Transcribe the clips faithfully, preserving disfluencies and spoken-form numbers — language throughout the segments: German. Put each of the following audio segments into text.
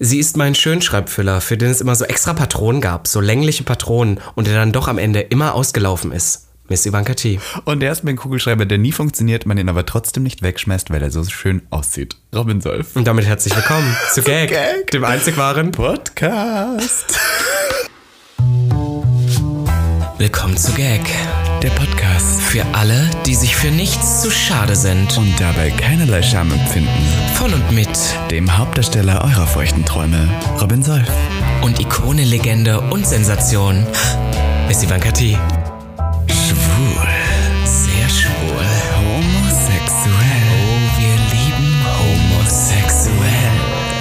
Sie ist mein Schönschreibfüller, für den es immer so extra Patronen gab, so längliche Patronen und der dann doch am Ende immer ausgelaufen ist. Miss Ivanka T. Und er ist mein Kugelschreiber, der nie funktioniert, man ihn aber trotzdem nicht wegschmeißt, weil er so schön aussieht. Robin Solf. Und damit herzlich willkommen zu Gag, Gag, dem einzig wahren Podcast. Willkommen zu Gag, der Podcast für alle, die sich für nichts zu schade sind und dabei keinerlei Scham empfinden. Von und mit dem Hauptdarsteller eurer feuchten Träume, Robin Solf. Und Ikone, Legende und Sensation, Miss Ivanka T. Schwul. Sehr schwul. Homosexuell. Oh, wir lieben homosexuell.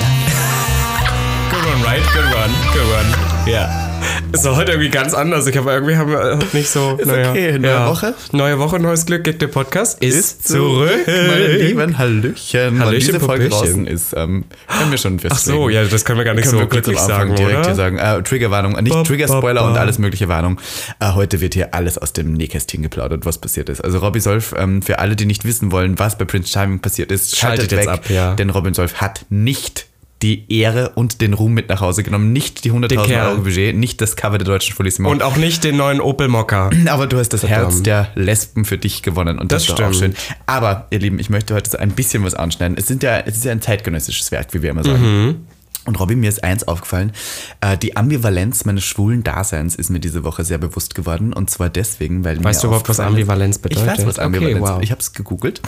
Good one, right? Good one. Good one. Ja. Ist doch heute irgendwie ganz anders. Ich habe irgendwie haben wir nicht so. Ist naja, okay. Neue ja. Woche. Neue Woche, neues Glück. Gag, der Podcast ist, ist zurück. Meine lieben Hallöchen. Weil diese Folge draußen ist, ähm, können wir schon festlegen. Ach so, ja, das können wir gar nicht können so glücklich sagen, direkt oder? Hier sagen. Äh, Triggerwarnung, nicht Ba, Trigger-Spoiler ba, ba. und alles mögliche Warnung. Äh, heute wird hier alles aus dem Nähkästchen geplaudert, was passiert ist. Also Robin Solf, ähm, für alle, die nicht wissen wollen, was bei Prince Charming passiert ist, schaltet, Schaltet jetzt weg, ab, ja. Denn Robin Solf hat nicht die Ehre und den Ruhm mit nach Hause genommen. Nicht die hunderttausend Euro Budget, nicht das Cover der deutschen Folissimo. Und auch nicht den neuen Opel Mokka. Aber du hast das Verdammt. Herz der Lesben für dich gewonnen. Und das, Das ist doch auch schön. stimmt. Aber, ihr Lieben, ich möchte heute so ein bisschen was anschneiden. Es, sind ja, es ist ja ein zeitgenössisches Werk, wie wir immer sagen. Mhm. Und Robin, mir ist eins aufgefallen, äh, die Ambivalenz meines schwulen Daseins ist mir diese Woche sehr bewusst geworden. Und zwar deswegen, weil Weißt mir du überhaupt, was aufgefallen ist- Ambivalenz bedeutet? Ich weiß, was Ambivalenz Okay, wow. Ich habe es gegoogelt.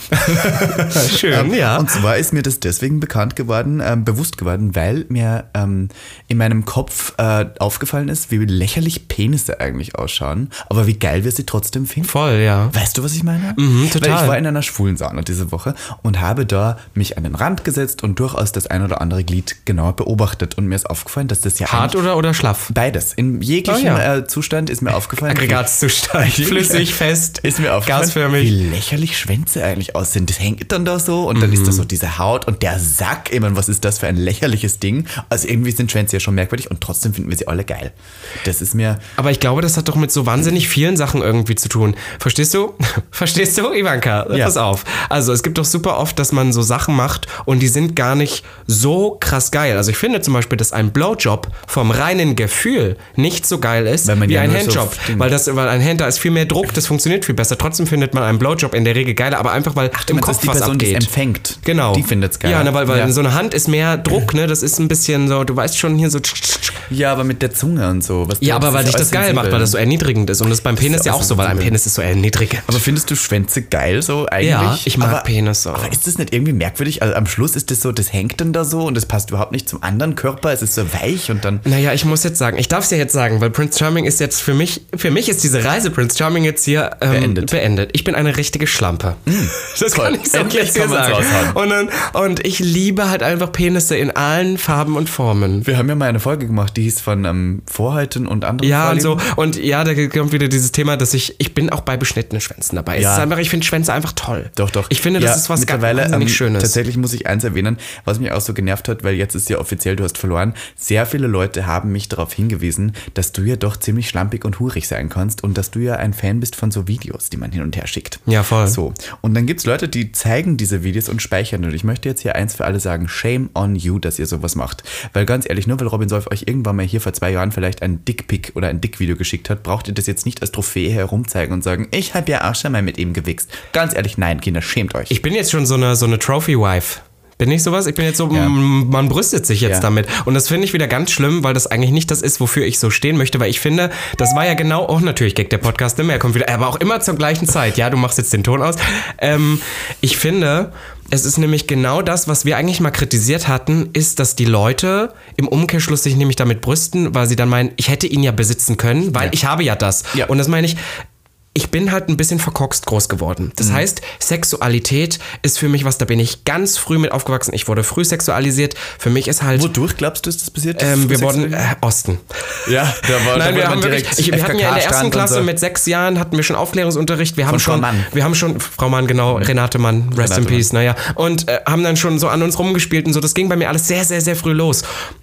Schön, Ähm, ja. Und zwar ist mir das deswegen bekannt geworden, ähm, bewusst geworden, weil mir ähm, in meinem Kopf äh, aufgefallen ist, wie lächerlich Penisse eigentlich ausschauen, aber wie geil wir sie trotzdem finden. Voll, ja. Weißt du, was ich meine? Mhm, total. Weil ich war in einer schwulen Sauna diese Woche und habe da mich an den Rand gesetzt und durchaus das ein oder andere Glied genauer beobachtet. Und mir ist aufgefallen, dass das ja Hart oder, oder schlaff? beides. In jeglichem Oh ja. äh, Zustand ist mir aufgefallen. Aggregatzustand. Flüssig, fest, Ist mir aufgefallen, gasförmig. wie lächerlich Schwänze eigentlich aussehen. Das hängt dann da so und dann ist da so diese Haut und der Sack. Ich meine, was ist das für ein lächerliches Ding? Also irgendwie sind Schwänze ja schon merkwürdig und trotzdem finden wir sie alle geil. Das ist mir... Aber ich glaube, das hat doch mit so wahnsinnig vielen Sachen irgendwie zu tun. Verstehst du? Verstehst du, Ivanka? Ja. Pass auf. Also es gibt doch super oft, dass man so Sachen macht und die sind gar nicht so krass geil. Also ich finde zum Beispiel, dass ein Blowjob vom reinen Gefühl nicht so geil ist Weil man wie ja ein nur so Handjob. Ding- weil, das, weil ein Hand, da ist viel mehr Druck, das funktioniert viel besser. Trotzdem findet man einen Blowjob in der Regel geiler, aber einfach, weil Du im meinst, Kopf dass die was Person, die es abgeht. empfängt, Genau. die findet's geil. Ja, ne, weil, weil ja. so eine Hand ist mehr Druck, ne? Das ist ein bisschen so, du weißt schon hier so... ja, aber mit der Zunge und so. Was Ja, aber ist weil dich alles das geil sensibel. macht, weil das so erniedrigend ist. Und das ist beim Penis ist ja auch auch so, weil ein sensibel. Penis ist so erniedrigend. Aber findest du Schwänze geil so eigentlich? Ja, ich mag aber, Penisse. Aber ist das nicht irgendwie merkwürdig? Also am Schluss ist das so, das hängt dann da so und das passt überhaupt nicht zum anderen Körper. Es ist so weich und dann... Naja, ich muss jetzt sagen, ich darf es ja jetzt sagen, weil Prince Charming ist jetzt für mich, für mich ist diese Reise Prince Charming jetzt hier ähm, Beendet. beendet. Ich bin eine richtige Schlampe. Das toll. kann ich so Endlich jetzt hier kann man's sagen. raushauen. Und, dann, und ich liebe halt einfach Penisse in allen Farben und Formen. Wir haben ja mal eine Folge gemacht, die hieß von ähm, Vorhäuten und anderen Ja, und so. Vorlieben. Und ja, da kommt wieder dieses Thema, dass ich, ich bin auch bei beschnittenen Schwänzen dabei. Es Ja. ist einfach, ich finde Schwänze einfach toll. Doch, doch. Ich finde, das Ja, ist was ganz mittlerweile, wahnsinnig ähm, Schönes. Tatsächlich muss ich eins erwähnen, was mich auch so genervt hat, weil jetzt ist ja offiziell, du hast verloren. Sehr viele Leute haben mich darauf hingewiesen, dass du ja doch ziemlich schlampig und hurig sein kannst und dass du ja ein Fan bist von so Videos, die man hin und her schickt. Ja, voll. So. Und dann gibt es Leute, die zeigen diese Videos und speichern. Und ich möchte jetzt hier eins für alle sagen, shame on you, dass ihr sowas macht. Weil ganz ehrlich, nur weil Robin Solf euch irgendwann mal hier vor zwei Jahren vielleicht ein Dickpick oder ein Dickvideo geschickt hat, braucht ihr das jetzt nicht als Trophäe herumzeigen und sagen, ich habe ja auch schon mal mit ihm gewichst. Ganz ehrlich, nein, Kinder, schämt euch. Ich bin jetzt schon so eine, so eine Trophy-Wife. Bin ich sowas? Ich bin jetzt so, Ja. m- man brüstet sich jetzt Ja. damit. Und das finde ich wieder ganz schlimm, weil das eigentlich nicht das ist, wofür ich so stehen möchte. Weil ich finde, das war ja genau, auch natürlich Gag, der Podcast, immer, er kommt wieder, aber auch immer zur gleichen Zeit. Ja, du machst jetzt den Ton aus. Ähm, ich finde, es ist nämlich genau das, was wir eigentlich mal kritisiert hatten, ist, dass die Leute im Umkehrschluss sich nämlich damit brüsten, weil sie dann meinen, ich hätte ihn ja besitzen können, weil Ja. ich habe ja das. Ja. Und das meine ich, ich bin halt ein bisschen verkorkst groß geworden. Das heißt, Sexualität ist für mich was, da bin ich ganz früh mit aufgewachsen. Ich wurde früh sexualisiert. Für mich ist halt... Wodurch glaubst du, ist das passiert? Ähm, wir Frühsexuell? wurden äh, Osten. Ja, da war, Nein, da wir wurde haben man wirklich, direkt ich, wir hatten ja in der ersten F K K-Strand Klasse und so. mit sechs Jahren hatten wir schon Aufklärungsunterricht. Wir haben Von Frau schon, Mann. wir haben schon Frau Mann, genau, Renate Mann, rest Renate in peace, naja, und äh, haben dann schon so an uns rumgespielt und so. Das ging bei mir alles sehr, sehr, sehr früh los.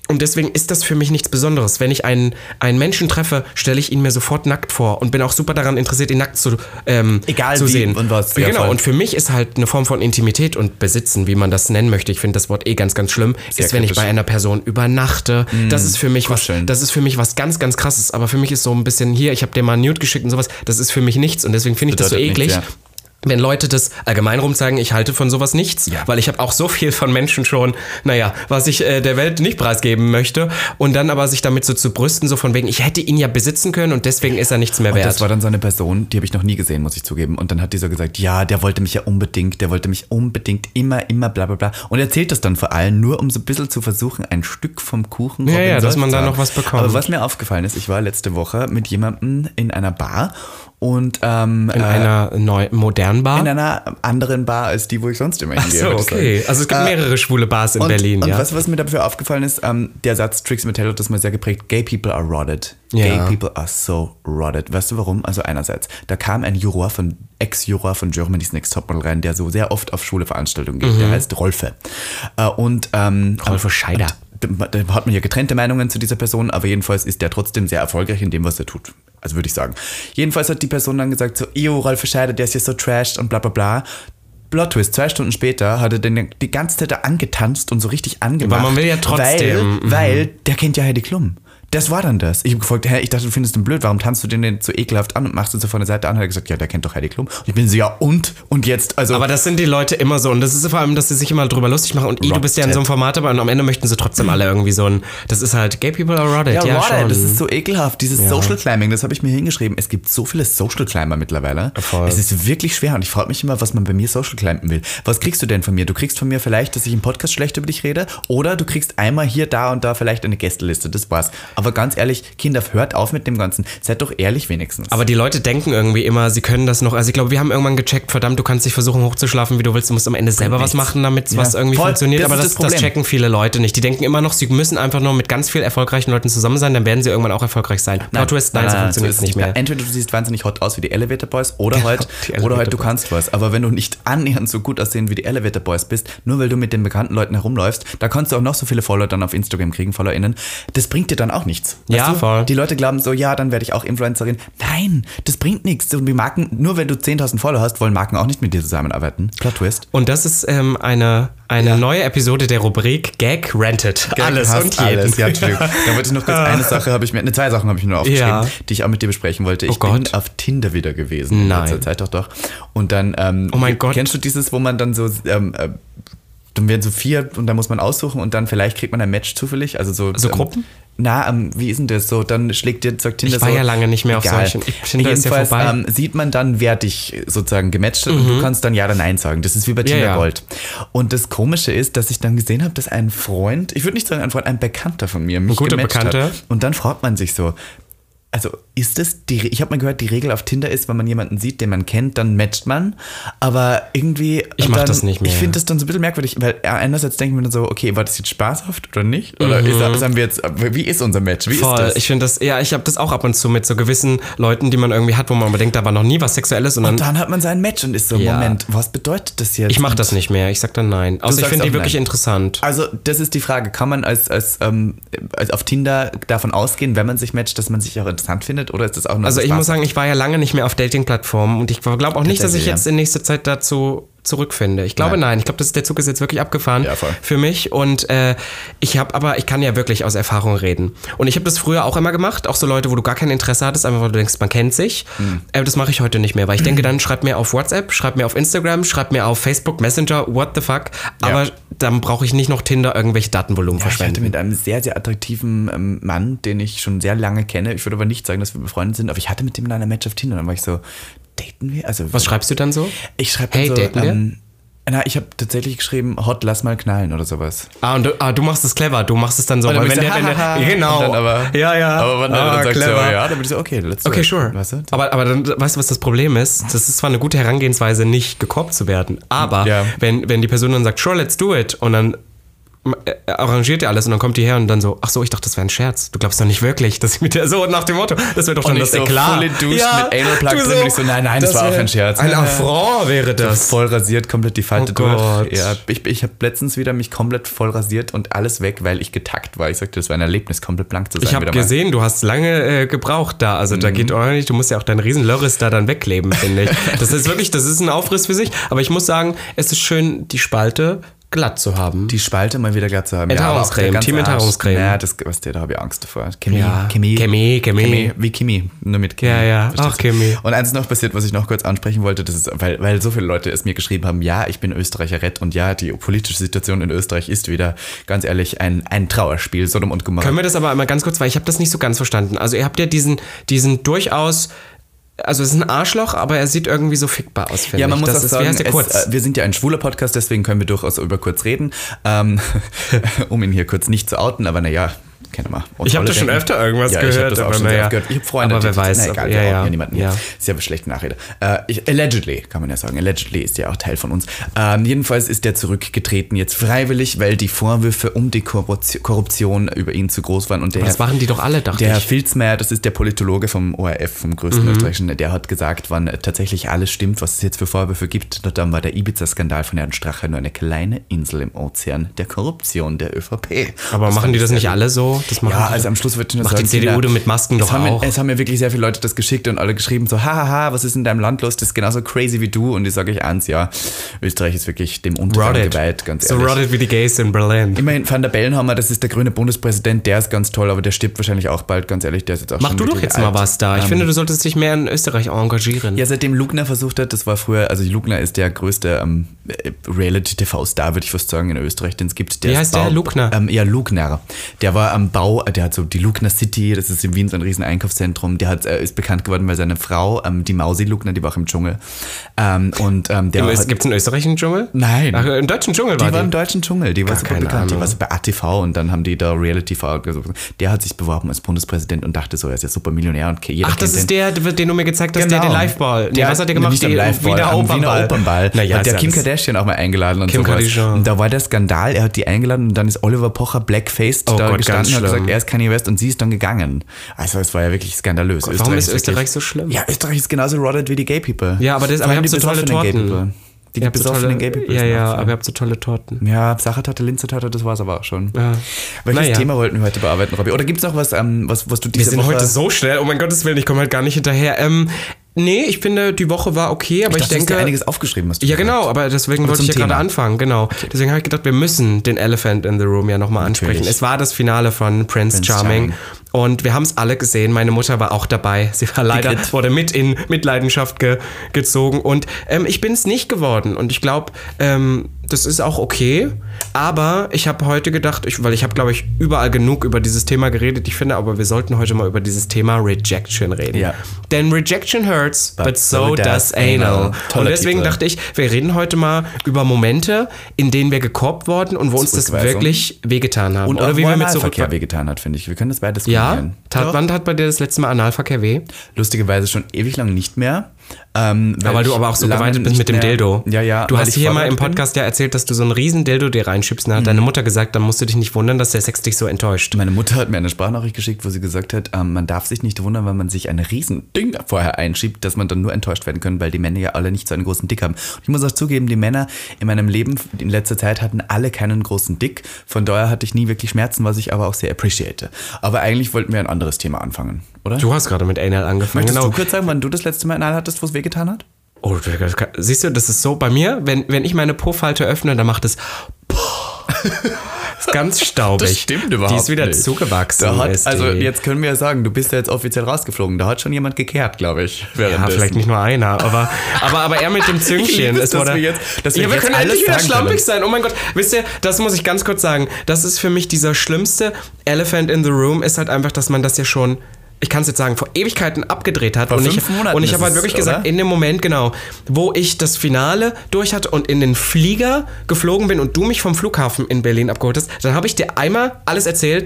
Und deswegen ist das für mich nichts Besonderes. Wenn ich einen, einen Menschen treffe, stelle ich ihn mir sofort nackt vor und bin auch super daran interessiert, ihn nackt zu, ähm, Egal zu wie sehen. Und was. Genau, Ja, und für mich ist halt eine Form von Intimität und Besitzen, wie man das nennen möchte. Ich finde das Wort eh ganz, ganz schlimm. Sehr ist, wenn ich kritisch. bei einer Person übernachte. Mm, das ist für mich was, kuscheln. das ist für mich was ganz, ganz Krasses. Aber für mich ist so ein bisschen hier, ich habe dir mal ein Nude geschickt und sowas, das ist für mich nichts. Und deswegen finde ich das so Bedeutet eklig. nichts, ja. Wenn Leute das allgemein rumzeigen, ich halte von sowas nichts, Ja. weil ich habe auch so viel von Menschen schon, naja, was ich äh, der Welt nicht preisgeben möchte und dann aber sich damit so zu brüsten, so von wegen, ich hätte ihn ja besitzen können und deswegen ist er nichts mehr Und wert. das war dann so eine Person, die habe ich noch nie gesehen, muss ich zugeben. Und dann hat die so gesagt, ja, der wollte mich ja unbedingt, der wollte mich unbedingt immer, immer bla bla bla. Und erzählt das dann vor allem nur, um so ein bisschen zu versuchen, ein Stück vom Kuchen Ja, Robin ja, dass Solf man zu da haben. noch was bekommt. Aber was mir aufgefallen ist, ich war letzte Woche mit jemandem in einer Bar und ähm, in äh, einer neu, modernen Bar? in einer anderen Bar als die, wo ich sonst immer hingehe. so, würde ich okay. sagen. Also es gibt Äh, mehrere schwule Bars in und, Berlin, und ja. was, was mir dafür aufgefallen ist, ähm, der Satz Trixie Mattel hat das mal sehr geprägt, gay people are rotted. Ja. Gay people are so rotted. Weißt du warum? Also einerseits, da kam ein Juror von, Ex-Juror von Germany's Next Topmodel rein, der so sehr oft auf schwule Veranstaltungen geht. Mhm. Der heißt Rolfe. Äh, und ähm, Rolfe Scheider. Da hat man ja getrennte Meinungen zu dieser Person, aber jedenfalls ist der trotzdem sehr erfolgreich in dem, was er tut. Also würde ich sagen. Jedenfalls hat die Person dann gesagt so, ew, Rolf Scheider, der ist ja so trashed und bla bla bla. Plot Twist, zwei Stunden später hat er den die ganze Zeit da angetanzt und so richtig angemacht. Aber man will ja trotzdem. Weil, Mhm. weil der kennt ja Heidi Klum. Das war dann das. Ich habe gefragt, hä, ich dachte, du findest den blöd, warum tanzt du den denn so ekelhaft an und machst ihn so von der Seite an? Hat er gesagt, ja, der kennt doch Heidi Klum. Und ich bin so, ja und? Und jetzt, also... Aber das sind die Leute immer so. Und das ist vor allem, dass sie sich immer drüber lustig machen. Und I, du bist ja in so einem Format, aber am Ende möchten sie trotzdem alle irgendwie so ein... Das ist halt, gay people are rotted. Ja, Ja, Rotted, schon. das ist so ekelhaft. Dieses Ja. Social Climbing, das habe ich mir hingeschrieben. Es gibt so viele Social Climber mittlerweile. Voll. Es ist wirklich schwer und ich frage mich immer, was man bei mir Social Climben will. Was kriegst du denn von mir? Du kriegst von mir vielleicht, dass ich im Podcast schlecht über dich rede oder du kriegst einmal hier, da und da vielleicht eine Gästeliste. Das war's. Aber ganz ehrlich, Kinder, hört auf mit dem Ganzen. Seid doch ehrlich wenigstens. Aber die Leute denken irgendwie immer, sie können das noch. Also ich glaube, wir haben irgendwann gecheckt, verdammt, du kannst dich versuchen hochzuschlafen, wie du willst. Du musst am Ende selber was nichts. machen, damit Ja, was irgendwie voll. funktioniert. Das Aber ist das, das das Problem. checken viele Leute nicht. Die denken immer noch, sie müssen einfach nur mit ganz viel erfolgreichen Leuten zusammen sein, dann werden sie irgendwann auch erfolgreich sein. Plot Twist, nein, so funktioniert es nicht mehr. Entweder du siehst wahnsinnig hot aus wie die Elevator Boys oder halt, die oder Elevator halt du Boys. kannst was. Aber wenn du nicht annähernd so gut aussehen wie die Elevator Boys bist, nur weil du mit den bekannten Leuten herumläufst, da kannst du auch noch so viele Follower dann auf Instagram kriegen, FollowerInnen. Das bringt dir dann auch nichts. Weißt Ja, du? voll. Die Leute glauben so, ja, dann werde ich auch Influencerin. Nein, das bringt nichts. Und die Marken, nur wenn du zehntausend Follower hast, wollen Marken auch nicht mit dir zusammenarbeiten. Plot Twist. Und das ist ähm, eine, eine Ja. neue Episode der Rubrik Gag Rented. Alles Hast und jeden. alles. Ja, Entschuldigung. Da wollte ich noch kurz eine Sache, habe ich mir, ne, zwei Sachen habe ich mir nur aufgeschrieben, Ja. die ich auch mit dir besprechen wollte. Ich Oh Gott. bin auf Tinder wieder gewesen. Nein. In letzter Zeit doch doch. Und dann, ähm, Oh mein Gott. kennst du dieses, wo man dann so, ähm, äh, dann werden so vier und dann muss man aussuchen und dann vielleicht kriegt man ein Match zufällig. Also so, So ähm, Gruppen? Na, ähm, wie ist denn das so? Dann schlägt dir, sagt Tinder Ich war so. ja lange nicht mehr auf egal. solchen. Ich- Tinder ist ja Jedenfalls vorbei. ähm, sieht man dann, wer dich sozusagen gematcht hat und du kannst dann ja oder nein sagen. Das ist wie bei Tinder ja. Gold. Und das Komische ist, dass ich dann gesehen habe, dass ein Freund, ich würde nicht sagen ein Freund, ein Bekannter von mir mich guter gematcht Bekannter? hat. Und dann fragt man sich so, also ist das die, ich habe mal gehört, die Regel auf Tinder ist, wenn man jemanden sieht, den man kennt, dann matcht man. Aber irgendwie. Ich und mach dann, das nicht mehr. Ich finde das dann so ein bisschen merkwürdig, weil einerseits denken wir dann so, okay, war das jetzt spaßhaft oder nicht? Oder ist, sagen wir jetzt, wie ist unser Match? Wie Voll. ist das? Ich finde das, ja, ich habe das auch ab und zu mit so gewissen Leuten, die man irgendwie hat, wo man aber denkt, da war noch nie was Sexuelles. Und dann, Und dann hat man sein Match und ist so, Ja. Moment, was bedeutet das jetzt? ich mache das nicht mehr. Ich sag dann nein. Außer ich sagst finde die auch wirklich nein. interessant. Also, das ist die Frage. Kann man als, als, ähm, als auf Tinder davon ausgehen, wenn man sich matcht, dass man sich auch interessant findet? Oder ist das auch nur Also so ich Spaß? muss sagen, ich war ja lange nicht mehr auf Dating-Plattformen und ich glaube auch nicht, dass ich Tatsächlich, jetzt ja. in nächster Zeit dazu zurückfinde. Ich glaube Nein. nein. Ich glaube, das- der Zug ist jetzt wirklich abgefahren Ja, voll. für mich und äh, ich habe aber, ich kann ja wirklich aus Erfahrung reden. Und ich habe das früher auch immer gemacht, auch so Leute, wo du gar kein Interesse hattest, einfach weil du denkst, man kennt sich. Mhm. Äh, das mache ich heute nicht mehr, weil ich denke dann, schreib mir auf WhatsApp, schreib mir auf Instagram, schreib mir auf Facebook, Messenger, what the fuck. Aber Ja. dann brauche ich nicht noch Tinder irgendwelche Datenvolumen Ja, ich hatte verschwenden. mit einem sehr, sehr attraktiven ähm, Mann, den ich schon sehr lange kenne. Ich würde aber nicht sagen, dass wir befreundet sind, aber ich hatte mit dem in einer Match auf Tinder. Dann war ich so, daten wir? Also, Was schreibst du dann so? ich schreibe Hey, dann so, daten wir? ähm, na, ich habe tatsächlich geschrieben, hot, lass mal knallen oder sowas. Ah, und du, ah, du machst es clever, du machst es dann so. Und dann weil bin wenn ich der, so, wenn der, hahaha. genau. Und dann aber, ja, ja. aber wenn der ah, dann sagt so, clever. ja, dann bin ich so, okay, let's do Okay, it. sure. Weißt du? Aber, aber dann, weißt du, was das Problem ist? Das ist zwar eine gute Herangehensweise, nicht gekorbt zu werden, aber Ja. wenn, wenn die Person dann sagt, sure, let's do it, und dann äh, arrangiert ja alles und dann kommt die her und dann so, ach so, ich dachte, das wäre ein Scherz. Du glaubst doch nicht wirklich, dass ich mit der so nach dem Motto, das wäre doch schon das so Eklat. Voll Dusch ja, mit Anal-Plug drin so, und ich so, nein, nein, das, das war auch ein Scherz. Ein Affront wäre das. Voll rasiert, komplett die Falte oh Gott. durch. Ja, ich ich habe letztens wieder mich komplett voll rasiert und alles weg, weil ich getackt war. Ich sagte, das war ein Erlebnis, komplett blank zu sein. Ich habe gesehen, du hast lange äh, gebraucht da. Also mhm. da geht ordentlich, du musst ja auch deinen riesen Lörris da dann wegkleben, finde ich. Das ist wirklich, das ist ein Aufriss für sich. Aber ich muss sagen, es ist schön, die Spalte glatt zu haben. Die Spalte mal wieder glatt zu haben. Enthaarungscreme, ja, Team Enthaarungscreme. Ja, das, was der, da habe ich Angst davor. Chemie, ja. Chemie, Chemie, Chemie. Chemie. Wie Chemie, nur mit Chemie. Ja, ja, auch Chemie. Und eins noch passiert, was ich noch kurz ansprechen wollte, das ist, weil, weil so viele Leute es mir geschrieben haben, ja, ich bin Österreicherett und ja, die politische Situation in Österreich ist wieder, ganz ehrlich, ein, ein Trauerspiel, Sodom und Gomorra. Können wir das aber einmal ganz kurz, weil ich habe das nicht so ganz verstanden. Also ihr habt ja diesen, diesen durchaus... Also es ist ein Arschloch, aber er sieht irgendwie so fickbar aus, finde ja, man ich. muss das auch ist, sagen, wie heißt der kurz? Es, äh, wir sind ja ein schwuler Podcast, deswegen können wir durchaus über kurz reden. Ähm, um ihn hier kurz nicht zu outen, aber naja, kennen wir. Ich habe da schon öfter irgendwas ja, gehört. Ich habe das auch schon naja. sehr gehört. Ich habe Freunde, aber wer die, weiß. Na, egal, ja, wir ja. ja niemanden ja. Sehr schlechte Nachrede. Äh, ich, allegedly, kann man ja sagen. Allegedly ist ja auch Teil von uns. Ähm, jedenfalls ist der zurückgetreten jetzt freiwillig, weil die Vorwürfe um die Korruption über ihn zu groß waren. Und der das Herr, machen die doch alle, dachte der ich. Herr Filzmeier, das ist der Politologe vom O R F, vom größten Mhm. österreichischen, der hat gesagt, wann tatsächlich alles stimmt, was es jetzt für Vorwürfe gibt. Dann war der Ibiza-Skandal von Herrn Strache nur eine kleine Insel im Ozean der Korruption der ÖVP. Aber das machen die das nicht gut. alle so? Das machen Ja, die. also am Schluss wird schon Macht sagen, die C D U Kinder, mit Masken es doch haben, auch. Es haben mir wirklich sehr viele Leute das geschickt und alle geschrieben so, hahaha, was ist in deinem Land los? Das ist genauso crazy wie du. Und ich sage euch eins, ja, Österreich ist wirklich dem Untergang Rotted. geweiht, ganz So ehrlich. rotted wie die Gays in Berlin. Immerhin Van der Bellenhammer, das ist der grüne Bundespräsident, der ist ganz toll, aber der stirbt wahrscheinlich auch bald, ganz ehrlich, der ist jetzt auch Mach schon du doch wirklich jetzt alt. mal was da. Ich Ähm, finde, du solltest dich mehr in Österreich engagieren. Ja, seitdem Lugner versucht hat, das war früher, also Lugner ist der größte ähm, Reality-T V-Star, würde ich fast sagen, in Österreich, den es gibt. Der Wie ist heißt der? Lugner? Ähm, ja, Lugner. Der war am Bau, der hat so die Lugner City, das ist in Wien so ein riesen Einkaufszentrum, der hat, äh, ist bekannt geworden, weil seine Frau, ähm, die Mausi Lugner, die war auch im Dschungel. Ähm, und ähm, der Gibt es einen österreichischen Dschungel? Nein. Ach, im deutschen Dschungel Die war war die. im deutschen Dschungel, die war Gar super keine bekannt, die Ahnung. war so bei A T V und dann haben die da Reality T V gesucht. Der hat sich beworben als Bundespräsident und dachte so, er ist ja super Millionär und jeder Ach, das kennt ist den. der, den du mir gezeigt hast, Genau. der den Liveball. Nee, Der was hat der gemacht? Nicht am Die- Liveball, Wiener am Opernball. Wiener Opernball. Naja, hat der ist Kim ja das- Kardashian auch mal eingeladen und Kim sowas. Kardashian. Und da war der Skandal, er hat die eingeladen und dann ist Oliver Pocher blackfaced Oh da Gott, gestanden ganz und hat schlimm. gesagt, er ist Kanye West und sie ist dann gegangen. Also es war ja wirklich skandalös. Gott, warum ist wirklich- Österreich so schlimm? Ja, Österreich ist genauso rotted wie die Gay People. Ja, aber das- Vor aber allem ihr habt die so tolle besoffenen Gay Torten. People. Die Ihr habt so besoffenen tolle, Gay People. ja, sind ja, auch so. aber ihr habt so tolle Torten. Ja, Sachertorte, Linzertorte, das war's aber auch schon. Ja. Welches Naja. Thema wollten wir heute bearbeiten, Robby? Oder gibt's noch was, ähm, was, was du Wir diese sind Woche... heute so schnell. Oh mein Gottes Willen, ich komme halt gar nicht hinterher. Ähm, nee, ich finde, die Woche war okay, aber ich ich, dachte, du hast denke... dir einiges aufgeschrieben, hast du Ja, gesagt. genau, aber deswegen Aber wollte ich ja zum gerade Thema. anfangen, genau. Deswegen habe ich gedacht, wir müssen den Elephant in the Room ja nochmal ansprechen. Natürlich. Es war das Finale von Prince, Prince Charming, Charming. und wir haben es alle gesehen. Meine Mutter war auch dabei. Sie war leider, Grit. wurde mit in Mitleidenschaft ge, gezogen und ähm, ich bin es nicht geworden und ich glaube, ähm, das ist auch okay, aber ich habe heute gedacht, ich, weil ich habe, glaube ich, überall genug über dieses Thema geredet. Ich finde aber, wir sollten heute mal über dieses Thema Rejection reden. Ja. Denn Rejection hurts, but, But so so does does anal. anal. Und Toller deswegen Titel. dachte ich, wir reden heute mal über Momente, in denen wir gekoppt wurden und wo uns das Zurückweisung. wirklich wehgetan haben. Und Oder auch wie wir mit Analverkehr zurück... wehgetan hat, finde ich. Wir können das beides Ja? kombinieren. Tat, Doch. wann tat bei dir das letzte Mal Analverkehr weh? Lustigerweise schon ewig lang nicht mehr. Ähm, Ja, weil du ich aber auch so lange geweitet bist nicht mit dem mehr- Dildo. Ja, ja. Du weil hast ich hier mal im vorbereitet bin. Podcast ja erzählt, dass du so einen riesen Dildo dir reinschiebst. Und dann hat deine Mutter gesagt, dann musst du dich nicht wundern, dass der Sex dich so enttäuscht. Meine Mutter hat mir eine Sprachnachricht geschickt, wo sie gesagt hat, ähm, man darf sich nicht wundern, wenn man sich ein riesen Ding vorher einschiebt, dass man dann nur enttäuscht werden kann, weil die Männer ja alle nicht so einen großen Dick haben. Und ich muss auch zugeben, die Männer in meinem Leben in letzter Zeit hatten alle keinen großen Dick. Von daher hatte ich nie wirklich Schmerzen, was ich aber auch sehr appreciate. Aber eigentlich wollten wir ein anderes Thema anfangen, oder? Du hast gerade mit Anal angefangen. Möchtest genau. du kurz sagen, wann du das letzte Mal Anal hattest, wo es wehgetan hat? Oh, das kann- siehst du, das ist so bei mir, wenn, wenn ich meine Po-Falte öffne, dann macht es... ist ganz staubig. Das stimmt überhaupt Die ist wieder nicht. zugewachsen. Da hat, ist also die. jetzt können wir ja sagen, du bist ja jetzt offiziell rausgeflogen. Da hat schon jemand gekehrt, glaube ich. Ja, vielleicht nicht nur einer, aber, aber, aber er mit dem Züngchen. liebe es, Es dass wurde- wir jetzt- dass wir ja, wir jetzt können alles endlich wieder sagen schlampig können. sein. Oh mein Gott, wisst ihr, das muss ich ganz kurz sagen. Das ist für mich dieser schlimmste Elephant in the Room, ist halt einfach, dass man das ja schon, ich kann es jetzt sagen, vor Ewigkeiten abgedreht hat. Vor und fünf ich, Monaten und ich ist habe halt es, wirklich oder? gesagt, in dem Moment, genau, wo ich das Finale durch hatte und in den Flieger geflogen bin und du mich vom Flughafen in Berlin abgeholt hast, dann habe ich dir einmal alles erzählt,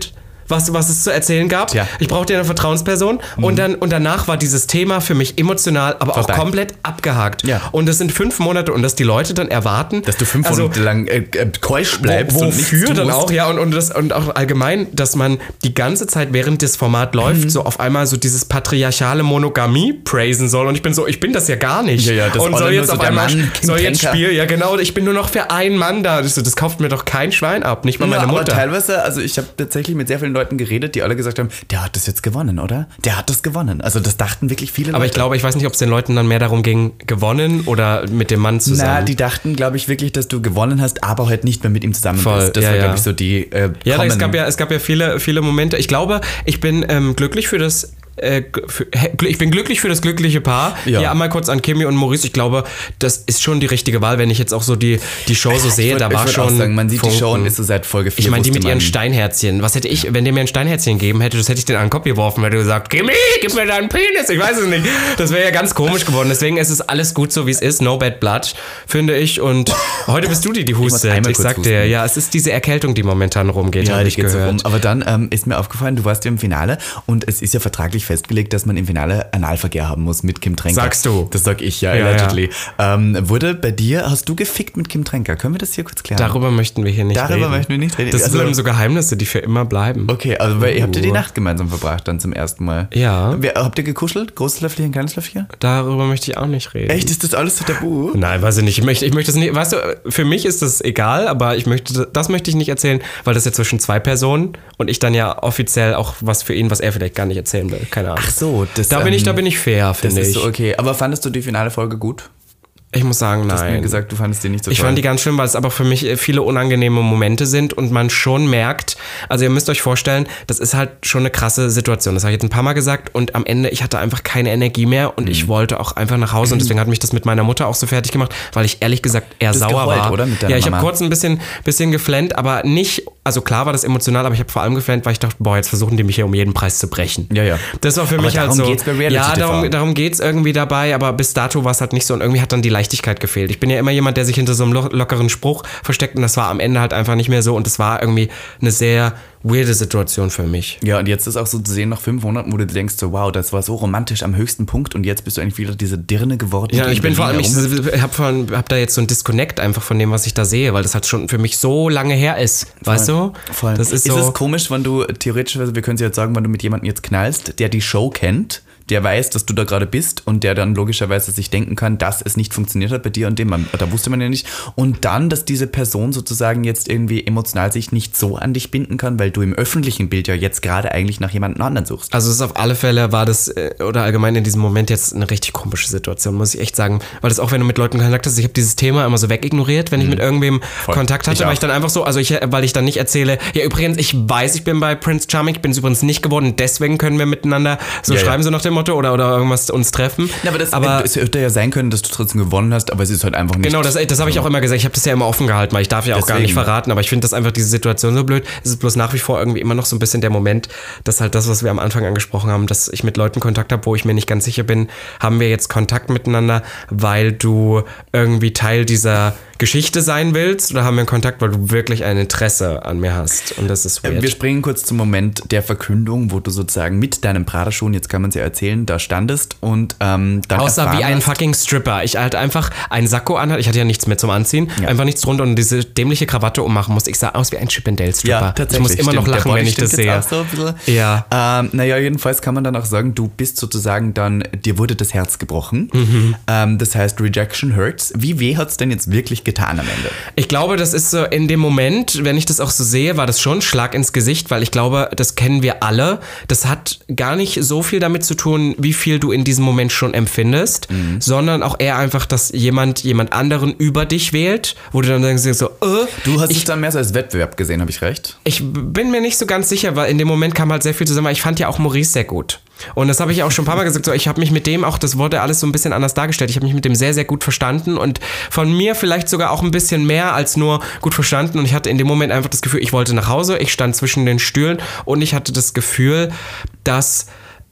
was, was es zu erzählen gab. Tja. Ich brauchte eine Vertrauensperson. Mhm. Und, dann, und danach war dieses Thema für mich emotional, aber Vorbei. auch komplett abgehakt. Ja. Und das sind fünf Monate und dass die Leute dann erwarten, dass du fünf also, Monate lang äh, äh, keusch bleibst. Wo, und nichts wofür dann tust. auch, ja, und, und, das, und auch allgemein, dass man die ganze Zeit, während das Format läuft, mhm. so auf einmal so dieses patriarchale Monogamie praisen soll. Und ich bin so, ich bin das ja gar nicht. Ja, ja, das und soll jetzt so auf einmal, Mann, soll jetzt spielen, ja genau, ich bin nur noch für einen Mann da. Das, das kauft mir doch kein Schwein ab, nicht mal meine ja, aber Mutter. Teilweise, also ich habe tatsächlich mit sehr vielen Leuten geredet, die alle gesagt haben, der hat das jetzt gewonnen, oder? Der hat das gewonnen. Also das dachten wirklich viele Leute. Aber ich glaube, ich weiß nicht, ob es den Leuten dann mehr darum ging, gewonnen oder mit dem Mann zusammen. Na, die dachten, glaube ich, wirklich, dass du gewonnen hast, aber halt nicht mehr mit ihm zusammen Voll, bist. Das ja, war, ja. glaube ich, so die äh, Ja, es gab ja, es gab ja viele, viele Momente. Ich glaube, ich bin ähm, glücklich für das Äh, für, ich bin glücklich für das glückliche Paar. Ja. Hier einmal kurz an Kimi und Maurice. Ich glaube, das ist schon die richtige Wahl, wenn ich jetzt auch so die, die Show so sehe. Würd, da war schon. sagen, man sieht Funken. die Show und ist so seit Folge vier. Ich meine, die mit ihren Steinherzchen. Was hätte ich, wenn der mir ein Steinherzchen gegeben hätte, das hätte ich den an den Kopf geworfen, hätte gesagt, Kimi, gib mir deinen Penis. Ich weiß es nicht. Das wäre ja ganz komisch geworden. Deswegen ist es alles gut so, wie es ist. No bad blood, finde ich. Und heute bist du die, die hustet. Ich, ich sag dir, ja, es ist diese Erkältung, die momentan rumgeht. Ja, habe die ich geht so gehört. rum. Aber dann ähm, ist mir aufgefallen, du warst ja im Finale und es ist ja vertraglich festgelegt, dass man im Finale Analverkehr haben muss mit Kim Tränker. Sagst du? Das sag ich, ja, ja allegedly. Ja. Ähm, wurde bei dir, hast du gefickt mit Kim Tränker? Können wir das hier kurz klären? Darüber möchten wir hier nicht Darüber reden. Darüber möchten wir nicht reden. Das also, sind so Geheimnisse, die für immer bleiben. Okay, also weil, ihr habt ja die Nacht gemeinsam verbracht dann zum ersten Mal. Ja. Wer, habt ihr gekuschelt? Großes Löffelchen, kleines Löffelchen? Darüber möchte ich auch nicht reden. Echt? Ist das alles so tabu? Nein, weiß ich nicht. Ich möchte, ich möchte es nicht, weißt du, für mich ist das egal, aber ich möchte, das möchte ich nicht erzählen, weil das ja zwischen zwei Personen und ich dann ja offiziell auch was für ihn, was er vielleicht gar nicht erzählen will. Keine Ahnung. Ach so. Das, da bin ähm, ich, da bin ich fair, finde ich. Das ist so okay. Aber fandest du die finale Folge gut? Ich muss sagen, nein. Du hast mir gesagt, du fandest die nicht so Ich toll. fand die ganz schlimm, weil es aber für mich viele unangenehme Momente sind und man schon merkt, also ihr müsst euch vorstellen, das ist halt schon eine krasse Situation. Das habe ich jetzt ein paar Mal gesagt und am Ende, ich hatte einfach keine Energie mehr und mhm. ich wollte auch einfach nach Hause und deswegen hat mich das mit meiner Mutter auch so fertig gemacht, weil ich ehrlich gesagt eher du hast sauer geheult, war. Oder? Mit deiner ja, ich Mama. habe kurz ein bisschen, bisschen geflennt, aber nicht, also klar war das emotional, aber ich habe vor allem geflennt, weil ich dachte, boah, jetzt versuchen die mich hier um jeden Preis zu brechen. Ja, ja. Das war für aber mich halt so. Geht's bei Reality ja, darum, T V. darum geht es irgendwie dabei, aber bis dato war es halt nicht so und irgendwie hat dann die Leichtigkeit gefehlt. Ich bin ja immer jemand, der sich hinter so einem lo- lockeren Spruch versteckt und das war am Ende halt einfach nicht mehr so und es war irgendwie eine sehr weirde Situation für mich. Ja, und jetzt ist auch so zu sehen, nach fünf Monaten, wo du denkst so, wow, das war so romantisch am höchsten Punkt und jetzt bist du eigentlich wieder diese Dirne geworden. Ja, die ich bin in vor allem, ich Berlin habe hab da jetzt so ein Disconnect einfach von dem, was ich da sehe, weil das halt schon für mich so lange her ist, Voll. weißt du? Voll. Das ist, ist so. es komisch, wenn du theoretisch, also wir können es jetzt sagen, wenn du mit jemandem jetzt knallst, der die Show kennt, der weiß, dass du da gerade bist und der dann logischerweise sich denken kann, dass es nicht funktioniert hat bei dir und dem, man, da wusste man ja nicht. Und dann, dass diese Person sozusagen jetzt irgendwie emotional sich nicht so an dich binden kann, weil du im öffentlichen Bild ja jetzt gerade eigentlich nach jemandem anderen suchst. Also es ist auf alle Fälle war das, oder allgemein in diesem Moment jetzt eine richtig komische Situation, muss ich echt sagen. Weil das auch, wenn du mit Leuten Kontakt hast, ich habe dieses Thema immer so wegignoriert, wenn ich mit irgendwem Voll. Kontakt hatte, Ich weil ich dann einfach so, also ich, weil ich dann nicht erzähle, ja übrigens, ich weiß, ich bin bei Prince Charming, ich bin es übrigens nicht geworden, deswegen können wir miteinander so ja, schreiben, ja. so nach dem Motto, oder, oder irgendwas uns treffen. Ja, aber das aber es hätte ja sein können, dass du trotzdem gewonnen hast, aber es ist halt einfach nicht. Genau, das, das habe ich auch immer gesagt. Ich habe das ja immer offen gehalten, weil ich darf ja auch Deswegen. gar nicht verraten. Aber ich finde das einfach, diese Situation so blöd. Es ist bloß nach wie vor irgendwie immer noch so ein bisschen der Moment, dass halt das, was wir am Anfang angesprochen haben, dass ich mit Leuten Kontakt habe, wo ich mir nicht ganz sicher bin, haben wir jetzt Kontakt miteinander, weil du irgendwie Teil dieser Geschichte sein willst oder haben wir Kontakt, weil du wirklich ein Interesse an mir hast? Und das ist weird. Wir springen kurz zum Moment der Verkündung, wo du sozusagen mit deinem Prada-Schuhen, jetzt kann man es ja erzählen, da standest und ähm, dann aussah wie ein hast, fucking Stripper. Ich halt einfach einen Sakko anhatte, ich hatte ja nichts mehr zum Anziehen, ja. einfach nichts drunter und diese dämliche Krawatte ummachen musste. Ich sah aus wie ein Chippendale-Stripper. Ja, tatsächlich. Ich muss immer stimmt. noch lachen, wenn ich das sehe. Auch so ein bisschen. Ja. Ähm, naja, jedenfalls kann man dann auch sagen, du bist sozusagen dann, dir wurde das Herz gebrochen. Mhm. Ähm, das heißt, Rejection hurts. Wie weh hat es denn jetzt wirklich getan am Ende? Ich glaube, das ist so in dem Moment, wenn ich das auch so sehe, war das schon ein Schlag ins Gesicht, weil ich glaube, das kennen wir alle. Das hat gar nicht so viel damit zu tun, wie viel du in diesem Moment schon empfindest, mhm. sondern auch eher einfach, dass jemand jemand anderen über dich wählt, wo du dann denkst so, äh, Du hast ich, es dann mehr so als Wettbewerb gesehen, habe ich recht? Ich bin mir nicht so ganz sicher, weil in dem Moment kam halt sehr viel zusammen, weil ich fand ja auch Maurice sehr gut. Und das habe ich auch schon ein paar Mal gesagt, so, ich habe mich mit dem auch, das wurde alles so ein bisschen anders dargestellt, ich habe mich mit dem sehr, sehr gut verstanden und von mir vielleicht sogar auch ein bisschen mehr als nur gut verstanden und ich hatte in dem Moment einfach das Gefühl, ich wollte nach Hause, ich stand zwischen den Stühlen und ich hatte das Gefühl, dass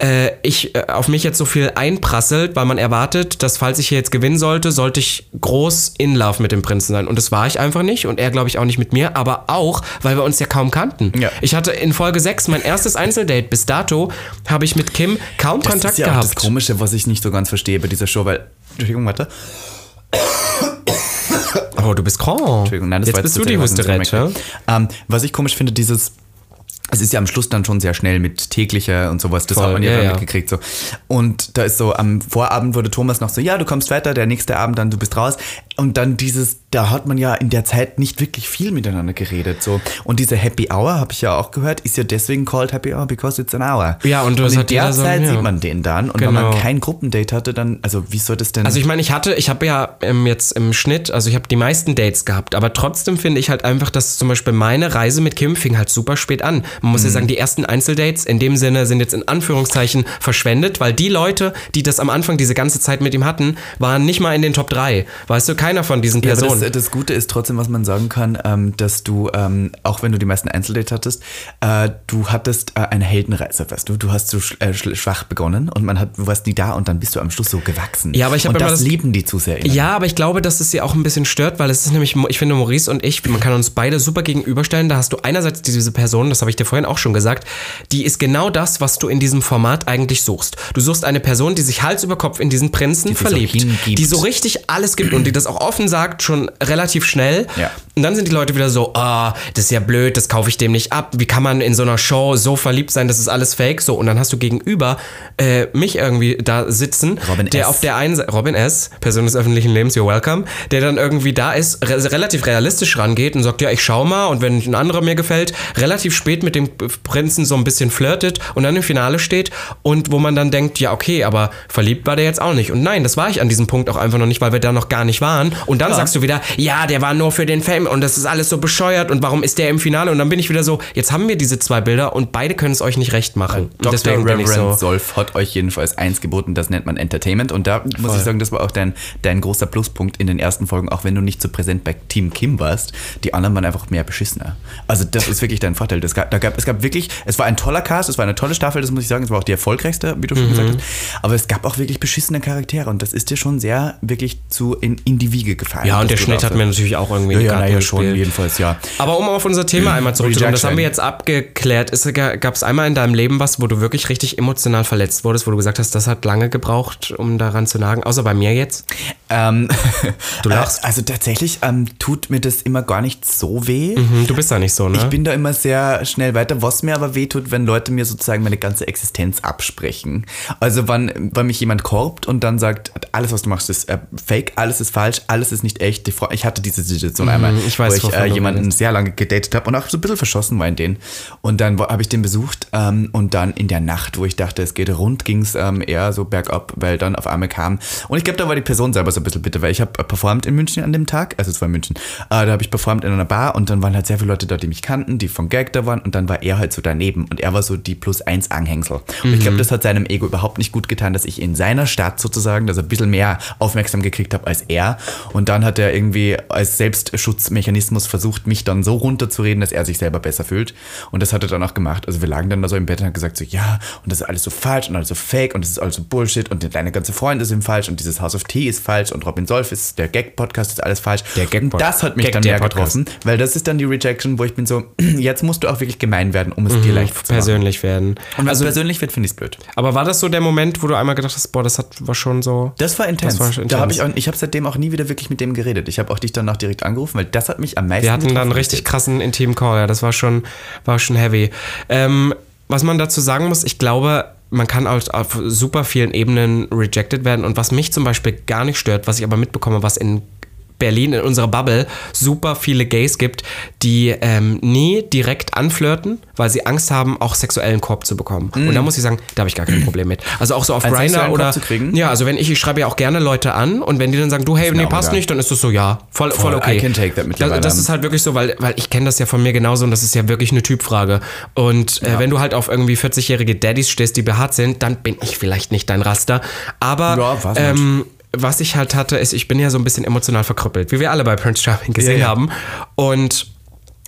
äh, ich äh, auf mich jetzt so viel einprasselt, weil man erwartet, dass falls ich hier jetzt gewinnen sollte, sollte ich groß in Love mit dem Prinzen sein. Und das war ich einfach nicht und er glaube ich auch nicht mit mir, aber auch, weil wir uns ja kaum kannten. Ja. Ich hatte in Folge sechs mein erstes Einzeldate. Bis dato habe ich mit Kim kaum das Kontakt ist ja gehabt. Das ist das Komische, was ich nicht so ganz verstehe bei dieser Show, weil, Entschuldigung, warte. Oh, du bist krank. Entschuldigung, nein, das jetzt war bist du die Husterette. Ähm, was ich komisch finde, dieses, es ist ja am Schluss dann schon sehr schnell mit täglicher und sowas, das Voll, hat man ja, ja dann ja. mitgekriegt. So. Und da ist so, am Vorabend wurde Thomas noch so, ja, du kommst weiter, der nächste Abend dann, du bist raus. Und dann dieses, da hat man ja in der Zeit nicht wirklich viel miteinander geredet. So. Und diese Happy Hour, habe ich ja auch gehört, ist ja deswegen called Happy Hour, because it's an hour. Ja, und, du und in der so, Zeit ja. sieht man den dann. Und genau. wenn man kein Gruppendate hatte, dann, also wie soll das denn... Also ich meine, ich hatte, ich habe ja ähm, jetzt im Schnitt, also ich habe die meisten Dates gehabt, aber trotzdem finde ich halt einfach, dass zum Beispiel meine Reise mit Kim fing halt super spät an. Man muss mhm. ja sagen, die ersten Einzeldates in dem Sinne sind jetzt in Anführungszeichen verschwendet, weil die Leute, die das am Anfang diese ganze Zeit mit ihm hatten, waren nicht mal in den Top drei. Weißt du, keiner von diesen Personen. Ja, aber das, das Gute ist trotzdem, was man sagen kann, ähm, dass du, ähm, auch wenn du die meisten Einzeldates hattest, äh, du hattest äh, eine Heldenreise, weißt du, du hast so sch- äh, schwach begonnen und man hat, du warst nie da und dann bist du am Schluss so gewachsen. Ja, aber ich habe und immer das, das lieben die Zuseherinnen. Ja, aber ich glaube, dass es sie auch ein bisschen stört, weil es ist nämlich, ich finde, Maurice und ich, man kann uns beide super gegenüberstellen. Da hast du einerseits diese Person, das habe ich dir vorhin auch schon gesagt, die ist genau das, was du in diesem Format eigentlich suchst. Du suchst eine Person, die sich Hals über Kopf in diesen Prinzen die verliebt, so die so richtig alles gibt und die das auch offen sagt, schon relativ schnell. Ja. Und dann sind die Leute wieder so, ah, oh, das ist ja blöd, das kaufe ich dem nicht ab. Wie kann man in so einer Show so verliebt sein, das ist alles fake? So, und dann hast du gegenüber äh, mich irgendwie da sitzen, Robin der S. auf der einen Seite, Robin S., Person des öffentlichen Lebens, you're welcome, der dann irgendwie da ist, re- relativ realistisch rangeht und sagt, ja, ich schau mal und wenn ein anderer mir gefällt, relativ spät mit dem Prinzen so ein bisschen flirtet und dann im Finale steht und wo man dann denkt, ja, okay, aber verliebt war der jetzt auch nicht. Und nein, das war ich an diesem Punkt auch einfach noch nicht, weil wir da noch gar nicht waren. Und dann ja. sagst du wieder, ja, der war nur für den Fame und das ist alles so bescheuert und warum ist der im Finale? Und dann bin ich wieder so, jetzt haben wir diese zwei Bilder und beide können es euch nicht recht machen. Ja, und deswegen bin ich so. Solf hat euch jedenfalls eins geboten, das nennt man Entertainment und da Voll. muss ich sagen, das war auch dein, dein großer Pluspunkt in den ersten Folgen, auch wenn du nicht so präsent bei Team Kim warst, die anderen waren einfach mehr beschissener. Also das ist wirklich dein Vorteil. Das gab, da gab, es gab wirklich, es war ein toller Cast, es war eine tolle Staffel, das muss ich sagen, es war auch die erfolgreichste, wie du schon mhm. gesagt hast, aber es gab auch wirklich beschissene Charaktere und das ist dir schon sehr wirklich zu in, in die Wiege gefallen. Ja, und der Schnitt hat mir natürlich auch irgendwie ja, eine ja, Karte ja, gespielt. schon, jedenfalls, ja. Aber um auf unser Thema einmal zurückzukommen, das haben wir jetzt abgeklärt. Gab es einmal in deinem Leben was, wo du wirklich richtig emotional verletzt wurdest, wo du gesagt hast, das hat lange gebraucht, um daran zu nagen, außer bei mir jetzt? Ähm, du lachst. Also tatsächlich ähm, tut mir das immer gar nicht so weh. Mhm, du bist da nicht so, ne? Ich bin da immer sehr schnell weiter, was mir aber weh tut, wenn Leute mir sozusagen meine ganze Existenz absprechen. Also wenn, wenn mich jemand korbt und dann sagt, alles was du machst ist äh, fake, alles ist falsch, alles ist nicht echt. Ich hatte diese Situation mhm, einmal, ich weiß, wo ich äh, jemanden sehr lange gedatet habe und auch so ein bisschen verschossen war in den. Und dann habe ich den besucht ähm, und dann in der Nacht, wo ich dachte, es geht rund, ging es ähm, eher so bergab, weil dann auf einmal kam. Und ich glaube, da war die Person selber so ein bisschen bitter, weil ich habe performt in München an dem Tag, also es war in München, äh, da habe ich performt in einer Bar und dann waren halt sehr viele Leute da, die mich kannten, die von Gag da waren und dann war er halt so daneben und er war so die plus eins Anhängsel. Und mhm. ich glaube, das hat seinem Ego überhaupt nicht gut getan, dass ich in seiner Stadt sozusagen, dass er ein bisschen mehr aufmerksam gekriegt habe als er und dann hat er irgendwie als Selbstschutzmechanismus versucht, mich dann so runterzureden, dass er sich selber besser fühlt und das hat er dann auch gemacht. Also wir lagen dann da so im Bett und haben gesagt so, ja und das ist alles so falsch und alles so fake und das ist alles so Bullshit und deine ganze Freunde sind falsch und dieses House of Tea ist falsch und Robin Solf ist, der Gag-Podcast ist alles falsch. Der Gag-Podcast. Und das hat mich Gag dann mehr Podcast. getroffen, weil das ist dann die Rejection, wo ich bin so, jetzt musst du auch wirklich gemein werden, um es mhm, dir leicht zu machen. Persönlich werden. Und wenn also, es persönlich wird, finde ich es blöd. Aber war das so der Moment, wo du einmal gedacht hast, boah, das hat, war schon so... Das war intens. Das war intens. Da hab ich auch, ich habe seitdem auch nie wieder wirklich mit dem geredet. Ich habe auch dich danach direkt angerufen, weil das hat mich am meisten Wir hatten dann einen richtig krassen intimen Call, ja, das war schon, war schon heavy. Ähm, was man dazu sagen muss, ich glaube... Man kann auf, auf super vielen Ebenen rejected werden und was mich zum Beispiel gar nicht stört, was ich aber mitbekomme, was in Berlin in unserer Bubble super viele Gays gibt, die ähm, nie direkt anflirten, weil sie Angst haben, auch sexuellen Korb zu bekommen. Mm. Und da muss ich sagen, da habe ich gar kein Problem mit. Also auch so auf Grindr oder... Ja, also wenn ich, ich schreibe ja auch gerne Leute an und wenn die dann sagen, du, hey, nee, passt egal. Nicht, dann ist das so, ja, voll, voll, voll okay. I can take that mittlerweile. Das, das ist halt wirklich so, weil, weil ich kenne das ja von mir genauso und das ist ja wirklich eine Typfrage. Und äh, ja. wenn du halt auf irgendwie vierzig-jährige Daddys stehst, die behaart sind, dann bin ich vielleicht nicht dein Raster. Aber... Ja, was ähm, was ich halt hatte, ist, ich bin ja so ein bisschen emotional verkrüppelt, wie wir alle bei Prince Charming gesehen ja, ja. haben. Und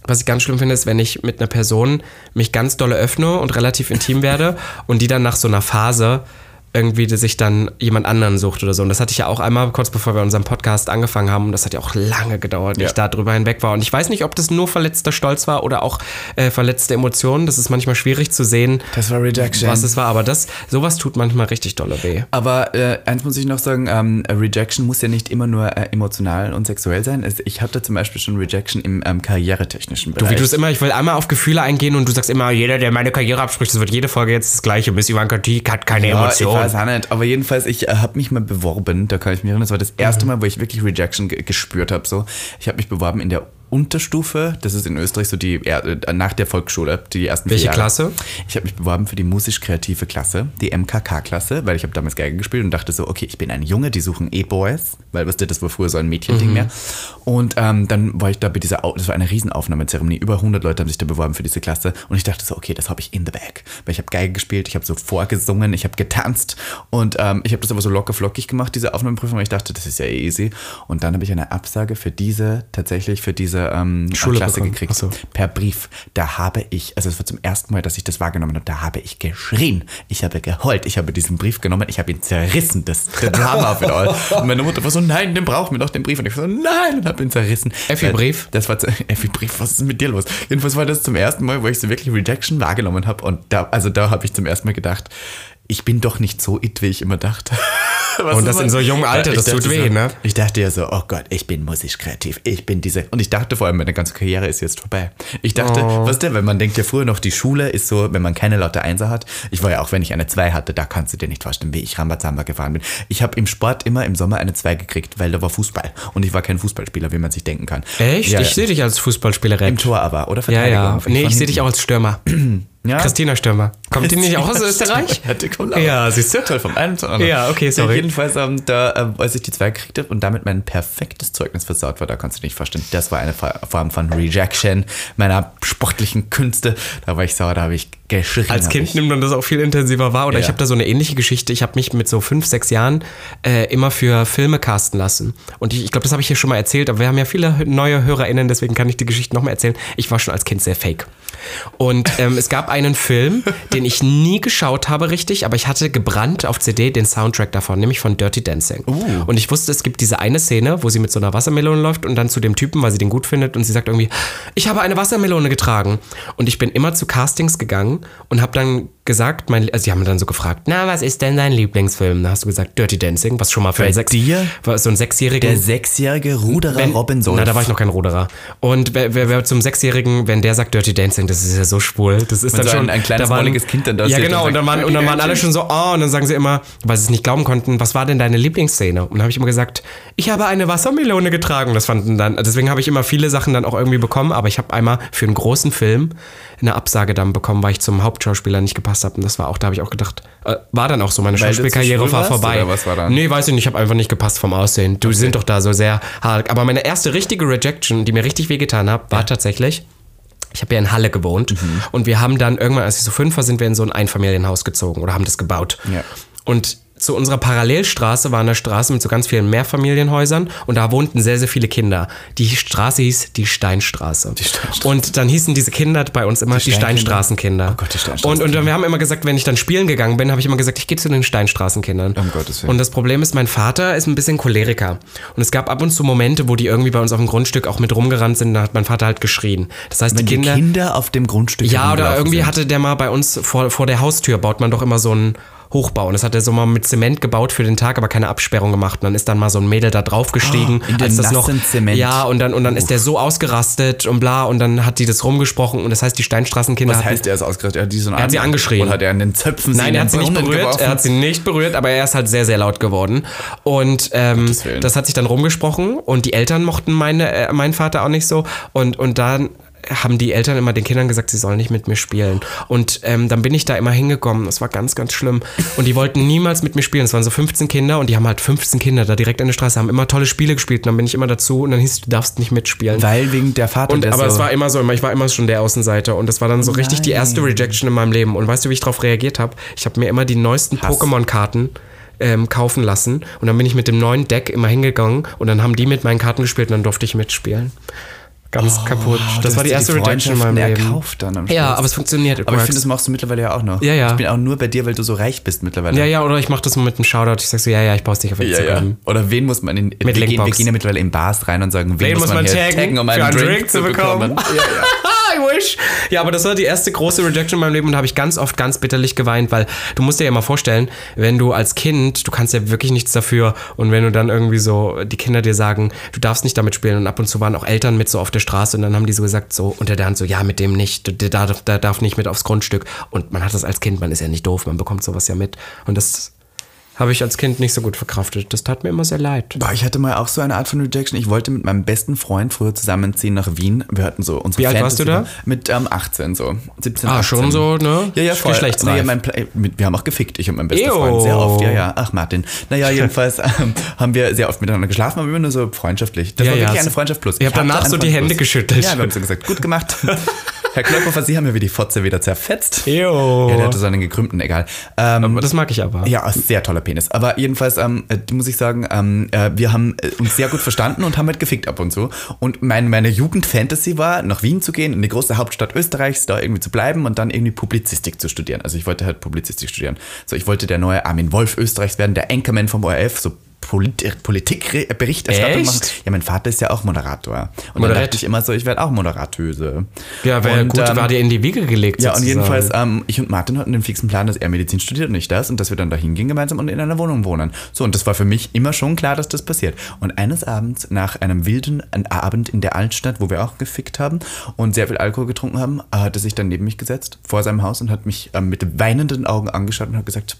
was ich ganz schlimm finde, ist, wenn ich mit einer Person mich ganz dolle öffne und relativ intim werde und die dann nach so einer Phase irgendwie sich dann jemand anderen sucht oder so. Und das hatte ich ja auch einmal, kurz bevor wir unseren Podcast angefangen haben. Und das hat ja auch lange gedauert, bis ja. ich da drüber hinweg war. Und ich weiß nicht, ob das nur verletzter Stolz war oder auch äh, verletzte Emotionen. Das ist manchmal schwierig zu sehen, das war Rejection. was es war. Aber das, sowas tut manchmal richtig dolle weh. Aber äh, eins muss ich noch sagen, ähm, Rejection muss ja nicht immer nur äh, emotional und sexuell sein. Also ich hatte zum Beispiel schon Rejection im ähm, karrieretechnischen Bereich. Du, wie du es immer, ich will einmal auf Gefühle eingehen und du sagst immer, jeder, der meine Karriere abspricht, das wird jede Folge jetzt das Gleiche. Miss Ivanka T hat keine ja, Emotionen. Ich weiß auch nicht, aber jedenfalls, ich äh, habe mich mal beworben, da kann ich mich erinnern, das war das erste Mal, wo ich wirklich Rejection g- gespürt habe. So. Ich habe mich beworben in der Unterstufe, das ist in Österreich so die, äh, nach der Volksschule, die ersten Welche vier Jahre. Klasse? Ich habe mich beworben für die musisch-kreative Klasse, die M K K-Klasse, weil ich habe damals Geige gespielt und dachte so, okay, ich bin ein Junge, die suchen eh Boys, weil weißt du, das war früher so ein Mädchending mhm. mehr. Und ähm, dann war ich da bei dieser, Au- das war eine Riesenaufnahmezeremonie, über hundert Leute haben sich da beworben für diese Klasse und ich dachte so, okay, das habe ich in the bag, weil ich habe Geige gespielt, ich habe so vorgesungen, ich habe getanzt und ähm, ich habe das aber so locker flockig gemacht, diese Aufnahmeprüfung, weil ich dachte, das ist ja easy. Und dann habe ich eine Absage für diese, tatsächlich für diese ähm, Schule Klasse bekommen. gekriegt, so. Per Brief. Da habe ich, also es war zum ersten Mal, dass ich das wahrgenommen habe, da habe ich geschrien, ich habe geheult, ich habe diesen Brief genommen, ich habe ihn zerrissen, das der Drama of it all. Und meine Mutter war so, nein, den brauchen wir doch, den Brief. Und ich war so, nein, und habe ihn zerrissen. Effi-Brief? Das war, Effi-Brief, was ist mit dir los? Jedenfalls war das zum ersten Mal, wo ich so wirklich Rejection wahrgenommen habe und da, also da habe ich zum ersten Mal gedacht, ich bin doch nicht so it, wie ich immer dachte. Was und das in so jungem Alter, das tut weh, so, ne? Ich dachte ja so, oh Gott, ich bin musisch kreativ, ich bin diese... Und ich dachte vor allem, meine ganze Karriere ist jetzt vorbei. Ich dachte, oh. was denn, wenn man denkt ja früher noch, die Schule ist so, wenn man keine laute Einser hat. Ich war ja auch, wenn ich eine zwei hatte, da kannst du dir nicht vorstellen, wie ich Rambazamba gefahren bin. Ich habe im Sport immer im Sommer eine zwei gekriegt, weil da war Fußball. Und ich war kein Fußballspieler, wie man sich denken kann. Echt? Ja, ich sehe dich als Fußballspieler. Im Tor aber, oder Verteidigung? Ja, ja. Nee, ich sehe dich auch als Stürmer. Ja? Christina Stürmer. Kommt die nicht auch aus Österreich? Ja, ja, siehst du? Toll, vom einen zum anderen. Ja, okay, sorry. Ja, jedenfalls, ähm, da, äh, als ich die zwei gekriegt habe und damit mein perfektes Zeugnis versaut war, da kannst du dir nicht vorstellen, das war eine Form von Rejection meiner sportlichen Künste. Da war ich sauer, da habe ich geschrien. Als Kind ich. nimmt man das auch viel intensiver wahr. Oder ja. ich habe da so eine ähnliche Geschichte. Ich habe mich mit so fünf, sechs Jahren äh, immer für Filme casten lassen. Und ich, ich glaube, das habe ich hier schon mal erzählt, aber wir haben ja viele neue HörerInnen, deswegen kann ich die Geschichte noch mal erzählen. Ich war schon als Kind sehr fake. Und ähm, es gab einen Film, den ich nie geschaut habe richtig, aber ich hatte gebrannt auf C D den Soundtrack davon, nämlich von Dirty Dancing. Uh. Und ich wusste, es gibt diese eine Szene, wo sie mit so einer Wassermelone läuft und dann zu dem Typen, weil sie den gut findet und sie sagt irgendwie, ich habe eine Wassermelone getragen. Und ich bin immer zu Castings gegangen und habe dann gesagt, mein, also sie haben dann so gefragt, na, was ist denn dein Lieblingsfilm? Da hast du gesagt, Dirty Dancing, was schon mal für Bei ein Sechs... dir? War so ein Sechsjährigen... Der sechsjährige Ruderer wenn, Robin Solf. Na, da war ich noch kein Ruderer. Und wer, wer, wer zum Sechsjährigen, wenn der sagt Dirty Dancing, das ist ja so schwul. Das ist wenn dann so schon... ein, ein kleines, da waren, molliges Kind dann da Ja, steht genau. Und dann, waren, und dann waren alle schon so, oh, und dann sagen sie immer, weil sie es nicht glauben konnten, was war denn deine Lieblingsszene? Und dann habe ich immer gesagt, ich habe eine Wassermelone getragen. Das fanden dann... Deswegen habe ich immer viele Sachen dann auch irgendwie bekommen, aber ich habe einmal für einen großen Film eine Absage dann bekommen, weil ich zum Hauptschauspieler nicht gepasst habe. Und das war auch, da habe ich auch gedacht, äh, war dann auch so, meine weil Schauspielkarriere war vorbei. Oder was war dann? Nee, weiß ich nicht, ich habe einfach nicht gepasst vom Aussehen. Du okay. sind doch da so sehr hart. Aber meine erste richtige Rejection, die mir richtig wehgetan hat, war ja. tatsächlich, ich habe ja in Halle gewohnt mhm. und wir haben dann irgendwann, als ich so fünf war, sind wir in so ein Einfamilienhaus gezogen oder haben das gebaut. Ja. Und zu unserer Parallelstraße war eine Straße mit so ganz vielen Mehrfamilienhäusern und da wohnten sehr, sehr viele Kinder. Die Straße hieß die Steinstraße. Die Steinstraße. Und dann hießen diese Kinder bei uns immer die, die Steinstraßenkinder. Oh Gott, die Steinstraßenkinder. Und, und wir haben immer gesagt, wenn ich dann spielen gegangen bin, habe ich immer gesagt, ich gehe zu den Steinstraßenkindern. Um Gottes Willen. Und das Problem ist, mein Vater ist ein bisschen Choleriker. Und es gab ab und zu Momente, wo die irgendwie bei uns auf dem Grundstück auch mit rumgerannt sind, da hat mein Vater halt geschrien. Das heißt, wenn die Kinder... Die Kinder auf dem Grundstück Ja, oder irgendwie sind. hatte der mal bei uns vor, vor der Haustür, baut man doch immer so ein Hochbau. Und das hat er so mal mit Zement gebaut für den Tag, aber keine Absperrung gemacht. Und dann ist dann mal so ein Mädel da drauf gestiegen. Oh, in den als das noch, Zement. Ja, und dann, und dann ist der so ausgerastet und bla. Und dann hat die das rumgesprochen. Und das heißt, die Steinstraßenkinder... Was heißt, er ist ausgerastet? Er hat, die so er hat sie angeschrien. Und hat er an den Zöpfen Nein, er hat sie nicht berührt. Geworfen? Er hat sie nicht berührt, aber er ist halt sehr, sehr laut geworden. Und ähm, das hat sich dann rumgesprochen. Und die Eltern mochten meine, äh, meinen Vater auch nicht so. Und, und dann... haben die Eltern immer den Kindern gesagt, sie sollen nicht mit mir spielen. Und ähm, dann bin ich da immer hingekommen. Das war ganz, ganz schlimm. Und die wollten niemals mit mir spielen. Es waren so fünfzehn Kinder und die haben halt fünfzehn Kinder da direkt an der Straße, haben immer tolle Spiele gespielt. Und dann bin ich immer dazu und dann hieß es, du darfst nicht mitspielen. Weil wegen der Vater... Und, der aber so es war immer so, ich war immer schon der Außenseiter. Und das war dann so Nein. richtig die erste Rejection in meinem Leben. Und weißt du, wie ich darauf reagiert habe? Ich habe mir immer die neuesten Pokémon-Karten ähm, kaufen lassen. Und dann bin ich mit dem neuen Deck immer hingegangen und dann haben die mit meinen Karten gespielt und dann durfte ich mitspielen. Ganz Oh, kaputt. Das du war die hast dir erste Rejection in meinem Freundschaften Leben. erkauft dann am Ja, Schluss. aber es funktioniert. it Aber ich works. finde, das machst du mittlerweile ja auch noch. Ja, ja. Ich bin auch nur bei dir, weil du so reich bist mittlerweile. Ja, ja, oder ich mache das mit einem Shoutout. Ich sag so, ja, ja, ich baue es dich auf Ja, ja. Instagram. Oder wen muss man in wir gehen, wir Linkbox. gehen ja mittlerweile in Bars rein und sagen, wen, Wen muss man, hier taggen, um einen, für einen Drink, Drink zu zu bekommen. bekommen? Ja, ja. I wish. Ja, aber das war die erste große Rejection in meinem Leben und da habe ich ganz oft ganz bitterlich geweint, weil du musst dir ja mal vorstellen, wenn du als Kind, du kannst ja wirklich nichts dafür und wenn du dann irgendwie so, die Kinder dir sagen, du darfst nicht damit spielen und ab und zu waren auch Eltern mit so auf der Straße und dann haben die so gesagt, so unter der Hand so, ja, mit dem nicht, der darf, der darf nicht mit aufs Grundstück und man hat das als Kind, man ist ja nicht doof, man bekommt sowas ja mit und das habe ich als Kind nicht so gut verkraftet. Das tat mir immer sehr leid. Boah, ich hatte mal auch so eine Art von Rejection. Ich wollte mit meinem besten Freund früher zusammenziehen nach Wien. Wir hatten so unsere Wie alt warst du da? Mit ähm, achtzehn so. siebzehn, Ah, achtzehn. schon so, ne? Ja, ja, voll. Geschlechtsreif. Nee, mein Pla- mit, wir haben auch gefickt, ich und mein bester Ew. Freund. Sehr oft, ja, ja. Ach, Martin. Naja, jedenfalls ähm, haben wir sehr oft miteinander geschlafen, aber immer nur so freundschaftlich. Das Ja, war ja. wirklich eine Freundschaft plus. Ihr habt Ich hatte danach eine so die Freundschaft Hände plus. geschüttelt. Ja, wir haben so gesagt, gut gemacht. Herr Klöpfer, Sie haben mir wie die Fotze wieder zerfetzt. Ew. Ja, der hatte so einen gekrümmten, egal. Ähm, Aber das mag ich aber. ja, sehr toller Penis. Aber jedenfalls ähm, äh, muss ich sagen, ähm, äh, wir haben äh, uns sehr gut verstanden und haben halt gefickt ab und zu. Und mein, meine Jugend-Fantasy war, nach Wien zu gehen, in die große Hauptstadt Österreichs, da irgendwie zu bleiben und dann irgendwie Publizistik zu studieren. Also ich wollte halt Publizistik studieren. So, ich wollte der neue Armin Wolf Österreichs werden, der Anchorman vom O R F, so Polit- Politikberichterstattung Echt? machen. Ja, mein Vater ist ja auch Moderator. Und Moderat. dann dachte ich immer so, ich werde auch Moderatöse. Ja, wäre Und, gut, ähm, war dir in die Wiege gelegt. Ja, und sozusagen. jedenfalls, ähm, ich und Martin hatten den fixen Plan, dass er Medizin studiert und ich das und dass wir dann da hingehen gemeinsam und in einer Wohnung wohnen. So, und das war für mich immer schon klar, dass das passiert. Und eines Abends, nach einem wilden Abend in der Altstadt, wo wir auch gefickt haben und sehr viel Alkohol getrunken haben, hat er sich dann neben mich gesetzt, vor seinem Haus und hat mich ähm, mit weinenden Augen angeschaut und hat gesagt,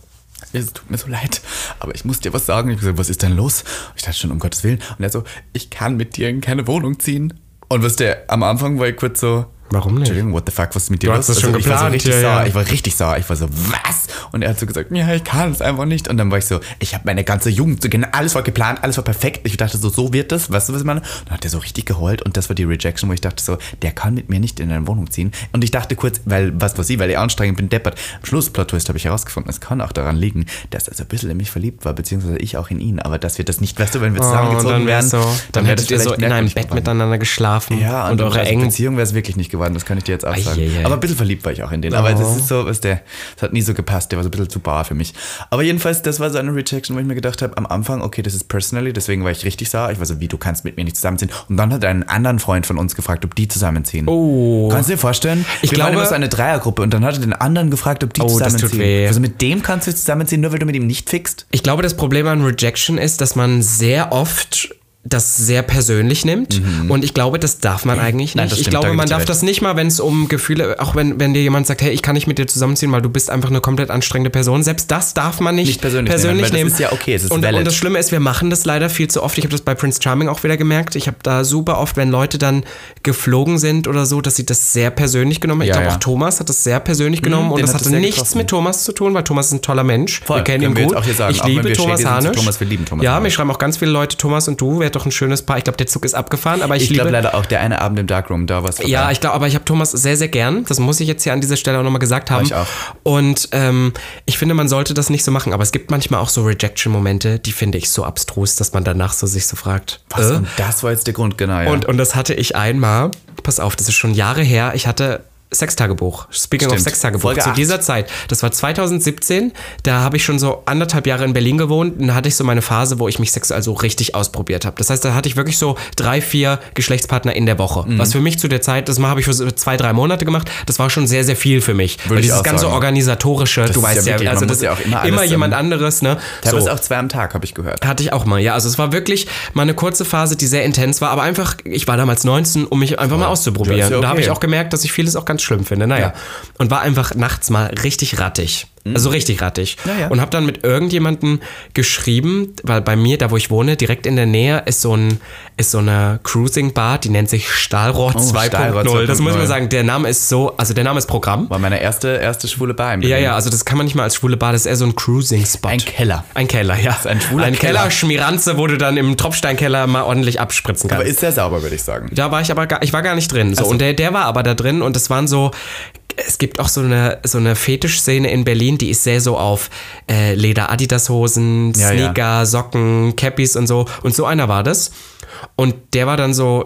es tut mir so leid, aber ich muss dir was sagen. Ich habe gesagt, was ist denn los? Ich dachte schon, um Gottes Willen. Und er so, ich kann mit dir in keine Wohnung ziehen. Und was der, am Anfang war ich kurz so, warum nicht? Entschuldigung, what the fuck, was ist mit dir Du los? hast das schon ich war so geplant, richtig ja, sauer. ja. Ich war richtig sauer. Ich war so, was? Und er hat so gesagt, ja, ich kann es einfach nicht. Und dann war ich so, ich habe meine ganze Jugend, so genau, alles war geplant, alles war perfekt. Ich dachte so, so wird das. Weißt du, was ich meine? Und dann hat er so richtig geheult und das war die Rejection, wo ich dachte so, der kann mit mir nicht in eine Wohnung ziehen. Und ich dachte kurz, weil, was war sie, weil ich anstrengend bin, deppert. Am Schluss, Plot-Twist, habe ich herausgefunden, es kann auch daran liegen, dass er so ein bisschen in mich verliebt war, beziehungsweise ich auch in ihn. Aber dass wir das nicht, weißt du, wenn wir Oh, zusammengezogen dann wären, so, dann wäre das hättet ihr so vielleicht in einem merkwürdig Bett geworden. miteinander geschlafen Ja, und und eure also engen. Beziehung wäre es wirklich nicht geworden, das kann ich dir jetzt auch sagen. Eieiei. Aber ein bisschen verliebt war ich auch in den. Aber das ist so, was der, das hat nie so gepasst, der war so ein bisschen zu bar für mich. Aber jedenfalls, das war so eine Rejection, wo ich mir gedacht habe, am Anfang, okay, das ist personally, deswegen war ich richtig sauer. Ich war so, wie, du kannst mit mir nicht zusammenziehen. Und dann hat er einen anderen Freund von uns gefragt, ob die zusammenziehen. Oh. Kannst du dir vorstellen? Ich Wir glaube- waren immer so eine Dreiergruppe und dann hat er den anderen gefragt, ob die Oh, das zusammenziehen. tut weh. Also mit dem kannst du zusammenziehen, nur weil du mit ihm nicht fickst? Ich glaube, das Problem an Rejection ist, dass man sehr oft das sehr persönlich nimmt und ich glaube, das darf man eigentlich nicht. Nein, das ich stimmt, da glaube, gebe man ich dir darf recht. das nicht mal, wenn es um Gefühle, auch wenn, wenn dir jemand sagt, hey, ich kann nicht mit dir zusammenziehen, weil du bist einfach eine komplett anstrengende Person. Selbst das darf man nicht, Nicht persönlich nehmen, weil das ist ja okay, es ist und, valid. und das Schlimme ist, wir machen das leider viel zu oft. Ich habe das bei Prince Charming auch wieder gemerkt. Ich habe da super oft, wenn Leute dann geflogen sind oder so, dass sie das sehr persönlich genommen haben. Ich Ja, glaube, ja. auch Thomas hat das sehr persönlich genommen und den das hat hatte es sehr nichts getroffen. mit Thomas zu tun, weil Thomas ist ein toller Mensch. Voll, wir kennen können ihn wir jetzt gut. auch hier sagen, ich auch wenn liebe wir Thomas shady sind zu Hanisch. Thomas, wir lieben Thomas Ja, Hanisch. mich schreiben auch ganz viele Leute, Thomas und du, wärt doch ein schönes Paar. Ich glaube, der Zug ist abgefahren, aber ich, Ich liebe... glaube leider auch, der eine Abend im Darkroom, da war es vorbei. Ja, ich glaube, aber ich habe Thomas sehr, sehr gern. Das muss ich jetzt hier an dieser Stelle auch nochmal gesagt haben. Ich auch. Und ähm, ich finde, man sollte das nicht so machen. Aber es gibt manchmal auch so Rejection-Momente, die finde ich so abstrus, dass man danach so sich so fragt. Was? Äh? Und das war jetzt der Grund, genau, ja. Und, und das hatte ich einmal, pass auf, das ist schon Jahre her, ich hatte Sextagebuch, Speaking Stimmt. of Sextagebuch, Folge zu acht. dieser Zeit, das war zwanzig siebzehn, da habe ich schon so anderthalb Jahre in Berlin gewohnt und da hatte ich so meine Phase, wo ich mich sexuell so richtig ausprobiert habe. Das heißt, da hatte ich wirklich so drei, vier Geschlechtspartner in der Woche, Mhm. was für mich zu der Zeit, das habe ich für so zwei, drei Monate gemacht, das war schon sehr, sehr viel für mich. Würde Weil ich dieses auch ganze sagen. organisatorische, Das du ist ja weißt ja, wirklich, also man das muss ja auch immer alles, immer jemand ähm, anderes, ne? Teilweise So. auch zwei am Tag, habe ich gehört. Hatte ich auch mal, ja. Also es war wirklich mal eine kurze Phase, die sehr intens war, aber einfach, ich war damals neunzehn, um mich einfach mal auszuprobieren. Ja, ist ja Und da habe okay. ich auch gemerkt, dass ich vieles auch ganz schlimm finde. Naja. Ja. Und war einfach nachts mal richtig rattig. Also richtig rattig. Ja, ja. Und habe dann mit irgendjemandem geschrieben, weil bei mir, da wo ich wohne, direkt in der Nähe ist so, ein, ist so eine Cruising-Bar, die nennt sich Stahlrohr zwei Stahlrohr Punkt null. Das muss man zwei Punkt null. sagen, der Name ist so, also der Name ist Programm. War meine erste, erste schwule Bar im Ja, Berlin. ja, also das kann man nicht mal als schwule Bar, das ist eher so ein Cruising-Spot. Ein Keller. Ein Keller, ja. ist ein schwuler ein Keller, Keller. Schmiranze, wo du dann im Tropfsteinkeller mal ordentlich abspritzen kannst. Aber ist sehr sauber, würde ich sagen. Da war ich aber gar, ich war gar nicht drin. So. Und der, der war aber da drin und es waren so, es gibt auch so eine, so eine Fetischszene in Berlin, die ist sehr so auf äh, Leder-Adidas-Hosen, Ja, ja. Sneaker, Socken, Cappies und so. Und so einer war das. Und der war dann so,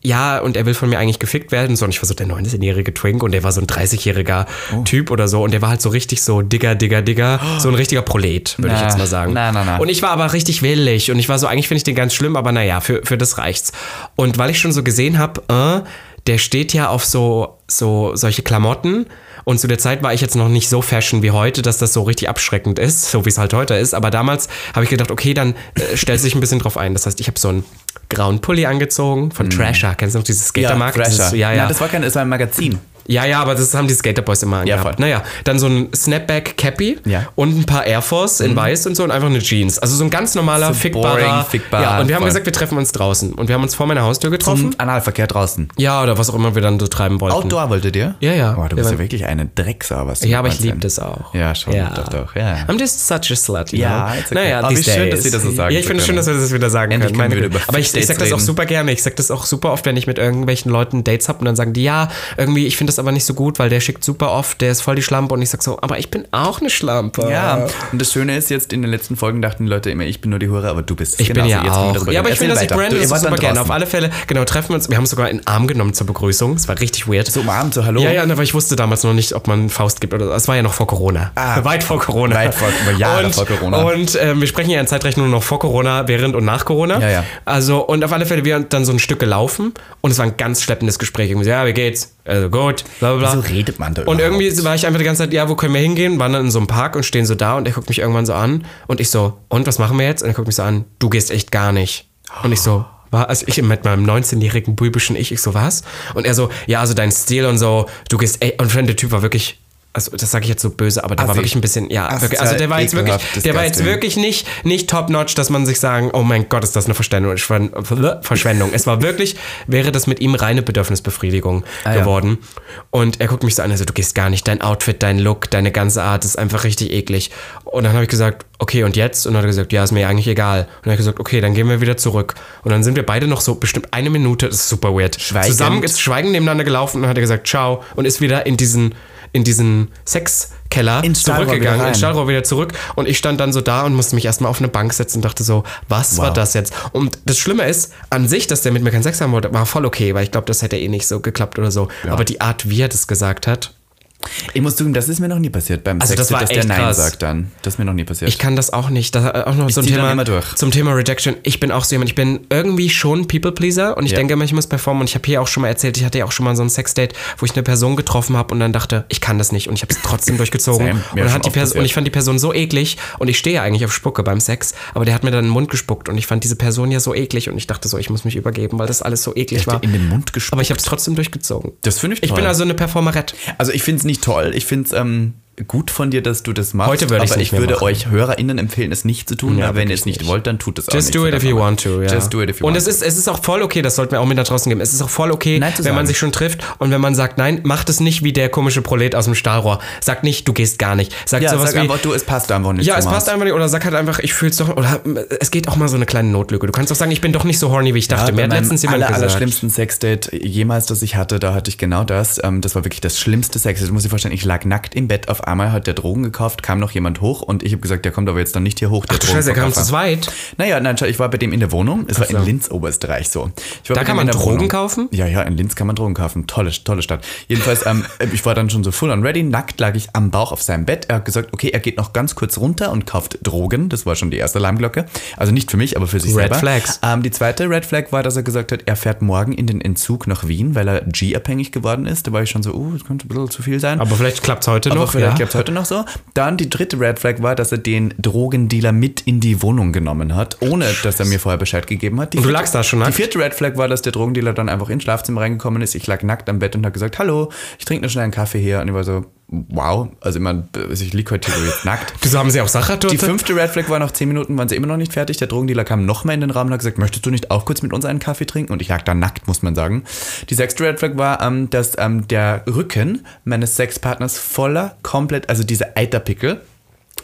ja, und er will von mir eigentlich gefickt werden. So, und ich war so der neunzehnjährige Twink und der war so ein dreißigjähriger oh. Typ oder so. Und der war halt so richtig so Digger, Digger, Digger. Oh. So ein richtiger Prolet, würde ich jetzt mal sagen. Na, na, na. Und ich war aber richtig willig. Und ich war so, eigentlich finde ich den ganz schlimm, aber naja, für, für das reicht's. Und weil ich schon so gesehen habe, äh, der steht ja auf so, so solche Klamotten. Und zu der Zeit war ich jetzt noch nicht so fashion wie heute, dass das so richtig abschreckend ist, so wie es halt heute ist. Aber damals habe ich gedacht, okay, dann äh, stellst du dich ein bisschen drauf ein. Das heißt, ich habe so einen grauen Pulli angezogen von mm. Thrasher. Kennst du noch dieses Skatermarkt? Ja, Thrasher. Dieses, ja, ja. ja, das war kein, das war ein Magazin. Ja, ja, aber das haben die Skaterboys immer angehabt. Ja, naja, dann so ein Snapback-Cappy ja. und ein paar Air Force in mhm. weiß und so und einfach eine Jeans. Also so ein ganz normaler, so fickbarer. Boring, fickbar, ja, und wir haben voll. gesagt, wir treffen uns draußen. Und wir haben uns vor meiner Haustür getroffen. Zum Analverkehr draußen. Ja, oder was auch immer wir dann so treiben wollten. Outdoor wolltet ihr? Ja, ja. Oh, du bist ja wirklich eine Drecksau, was du Ja, aber ich liebe das auch. Ja, schon. Ja. Doch, doch. Ja. I'm just such a slut, you ja, know? okay. Naja, aber wie schön, dass Sie das so sagen. Ja, ich finde es schön, dass wir das wieder sagen Endlich können. können wir über aber ich, ich sag das auch reden. super gerne. Ich sag das auch super oft, wenn ich mit irgendwelchen Leuten Dates habe und dann sagen die, ja, irgendwie, ich finde das aber nicht so gut, weil der schickt super oft, der ist voll die Schlampe und ich sag so, aber ich bin auch eine Schlampe. Ja, und das Schöne ist jetzt, in den letzten Folgen dachten die Leute immer, ich bin nur die Hure, aber du bist es. Ich genauso. bin ja jetzt auch. Ja, aber ich finde, dass ich brande das super gerne. Auf alle Fälle, genau, treffen wir uns. Wir haben uns sogar in den Arm genommen zur Begrüßung. Es war richtig weird. So umarmt, so hallo? Ja, ja, aber ich wusste damals noch nicht, ob man Faust gibt oder so. Es war ja noch vor Corona. Ah, weit vor Corona. Weit vor, Jahre und, vor Corona. Und äh, wir sprechen ja in Zeitrechnung noch vor Corona, während und nach Corona. Ja, ja. Also, und auf alle Fälle, wir haben dann so ein Stück gelaufen und es war ein ganz schleppendes Gespräch. Irgendwie so, ja, wie geht's? Also gut, bla bla bla. So redet man da Und überhaupt. irgendwie war ich einfach die ganze Zeit, ja, wo können wir hingehen? Waren dann in so einem Park und stehen so da und er guckt mich irgendwann so an und ich so, und was machen wir jetzt? Und er guckt mich so an, du gehst echt gar nicht. Und ich so, was? Also ich mit meinem neunzehnjährigen bübischen Ich, ich so, was? Und er so, ja, also dein Stil und so, du gehst echt, und der Typ war wirklich, also das sage ich jetzt so böse, aber der Assi. war wirklich ein bisschen, ja, Assi, wirklich, also der war jetzt wirklich, ekelhaft, der war jetzt wirklich nicht, nicht top-notch, dass man sich sagen, oh mein Gott, ist das eine Verschwendung. Verschwendung. Es war wirklich, wäre das mit ihm reine Bedürfnisbefriedigung ah, geworden. Ja. Und er guckt mich so an, also du gehst gar nicht, dein Outfit, dein Look, deine ganze Art ist einfach richtig eklig. Und dann habe ich gesagt, okay, und jetzt? Und dann hat er gesagt, ja, ist mir ja eigentlich egal. Und dann habe ich gesagt, okay, dann gehen wir wieder zurück. Und dann sind wir beide noch so bestimmt eine Minute, das ist super weird, Schweigend. zusammen ist schweigend nebeneinander gelaufen und dann hat er gesagt, ciao, und ist wieder in diesen in diesen Sexkeller ins zurückgegangen, ins Stahlrohr wieder zurück und ich stand dann so da und musste mich erstmal auf eine Bank setzen und dachte so, was wow. war das jetzt? Und das Schlimme ist, an sich, dass der mit mir keinen Sex haben wollte, war voll okay, weil ich glaube, das hätte eh nicht so geklappt oder so. Ja. Aber die Art, wie er das gesagt hat, ich muss zugeben, das ist mir noch nie passiert beim also Sex, das war dass echt der Nein krass. sagt dann. Das ist mir noch nie passiert. Ich kann das auch nicht. Das auch noch ich so ein zieh Thema, dann immer durch. Zum Thema Rejection. Ich bin auch so jemand, ich bin irgendwie schon People-Pleaser und ich ja. denke immer, ich muss performen und ich habe hier auch schon mal erzählt, ich hatte ja auch schon mal so ein Sexdate, wo ich eine Person getroffen habe und dann dachte, ich kann das nicht und ich habe es trotzdem durchgezogen. und, dann hat die Person, und ich fand die Person so eklig und ich stehe ja eigentlich auf Spucke beim Sex, aber der hat mir dann in den Mund gespuckt und ich fand diese Person ja so eklig und ich dachte so, ich muss mich übergeben, weil das alles so eklig war. In den Mund gespuckt? Aber ich habe es trotzdem durchgezogen. Das finde ich toll. Ich bin also eine Performerette. Also ich finde es nicht toll, ich finde es ähm, gut von dir, dass du das machst. Heute würde aber nicht ich mehr würde machen. euch HörerInnen empfehlen, es nicht zu tun. Ja, aber wenn ihr es wirklich nicht wollt, dann tut es auch Just nicht. do it if you want to, ja. Just do it if you und want es ist, es ist auch voll okay, das sollten wir auch mit da draußen geben. Es ist auch voll okay, Nein zu wenn man sagen. sich schon trifft und wenn man sagt, nein, macht es nicht wie der komische Prolet aus dem Stahlrohr. Sag nicht, du gehst gar nicht. Sag Ja, sowas sag wie, einfach, du, es passt einfach nicht. ja, es Thomas. passt einfach nicht. Oder sag halt einfach, ich fühl's doch. Oder es geht auch mal so eine kleine Notlüge. Du kannst doch sagen, ich bin doch nicht so horny, wie ich dachte. Ja, Mir hat bei letztens meinem jemand aller, gesagt. allerschlimmsten Sexdate jemals, das ich hatte, da hatte ich genau das. Ähm, das war wirklich das schlimmste Sexdate. Du musst dir vorstellen, ich lag nackt im Bett. Auf einmal hat der Drogen gekauft, kam noch jemand hoch und ich habe gesagt, der kommt aber jetzt dann nicht hier hoch. Der Ach du Scheiße, er kam zu Drogenverkäufer. zweit. Naja, nein, ich war bei dem in der Wohnung. Es war so. in Linz, Oberösterreich so. Ich war Da bei kann dem man in der Drogen Wohnung. kaufen? Ja, ja, in Linz kann man Drogen kaufen. Tolle, tolle Stadt. Jedenfalls, ähm, ich war dann schon so full on ready. Nackt lag ich am Bauch auf seinem Bett. Er hat gesagt, okay, er geht noch ganz kurz runter und kauft Drogen. Das war schon die erste Alarmglocke. Also nicht für mich, aber für sich Red selber. Flags. Ähm, die zweite Red Flag war, dass er gesagt hat, er fährt morgen in den Entzug nach Wien, weil er G-abhängig geworden ist. Da war ich schon so, uh, das könnte ein bisschen zu viel sein. Aber vielleicht klappt's heute Aber noch. vielleicht ja. klappt es heute noch so. Dann die dritte Red Flag war, dass er den Drogendealer mit in die Wohnung genommen hat, ohne dass er mir vorher Bescheid gegeben hat. Die Und du vierte- lagst da schon nackt? Die vierte Red Flag war, dass der Drogendealer dann einfach ins Schlafzimmer reingekommen ist. Ich lag nackt am Bett und habe gesagt, hallo, ich trinke nur schnell einen Kaffee hier. Und ich war so, wow, also ich meine, ich liege heute hier so jetzt nackt. Wieso haben sie auch Sachertorte? Die fünfte Red Flag war nach zehn Minuten, waren sie immer noch nicht fertig. Der Drogendealer kam noch mal in den Raum und hat gesagt, möchtest du nicht auch kurz mit uns einen Kaffee trinken? Und ich lag da nackt, muss man sagen. Die sechste Red Flag war, ähm, dass ähm, der Rücken meines Sexpartners voller, komplett, also diese Eiterpickel,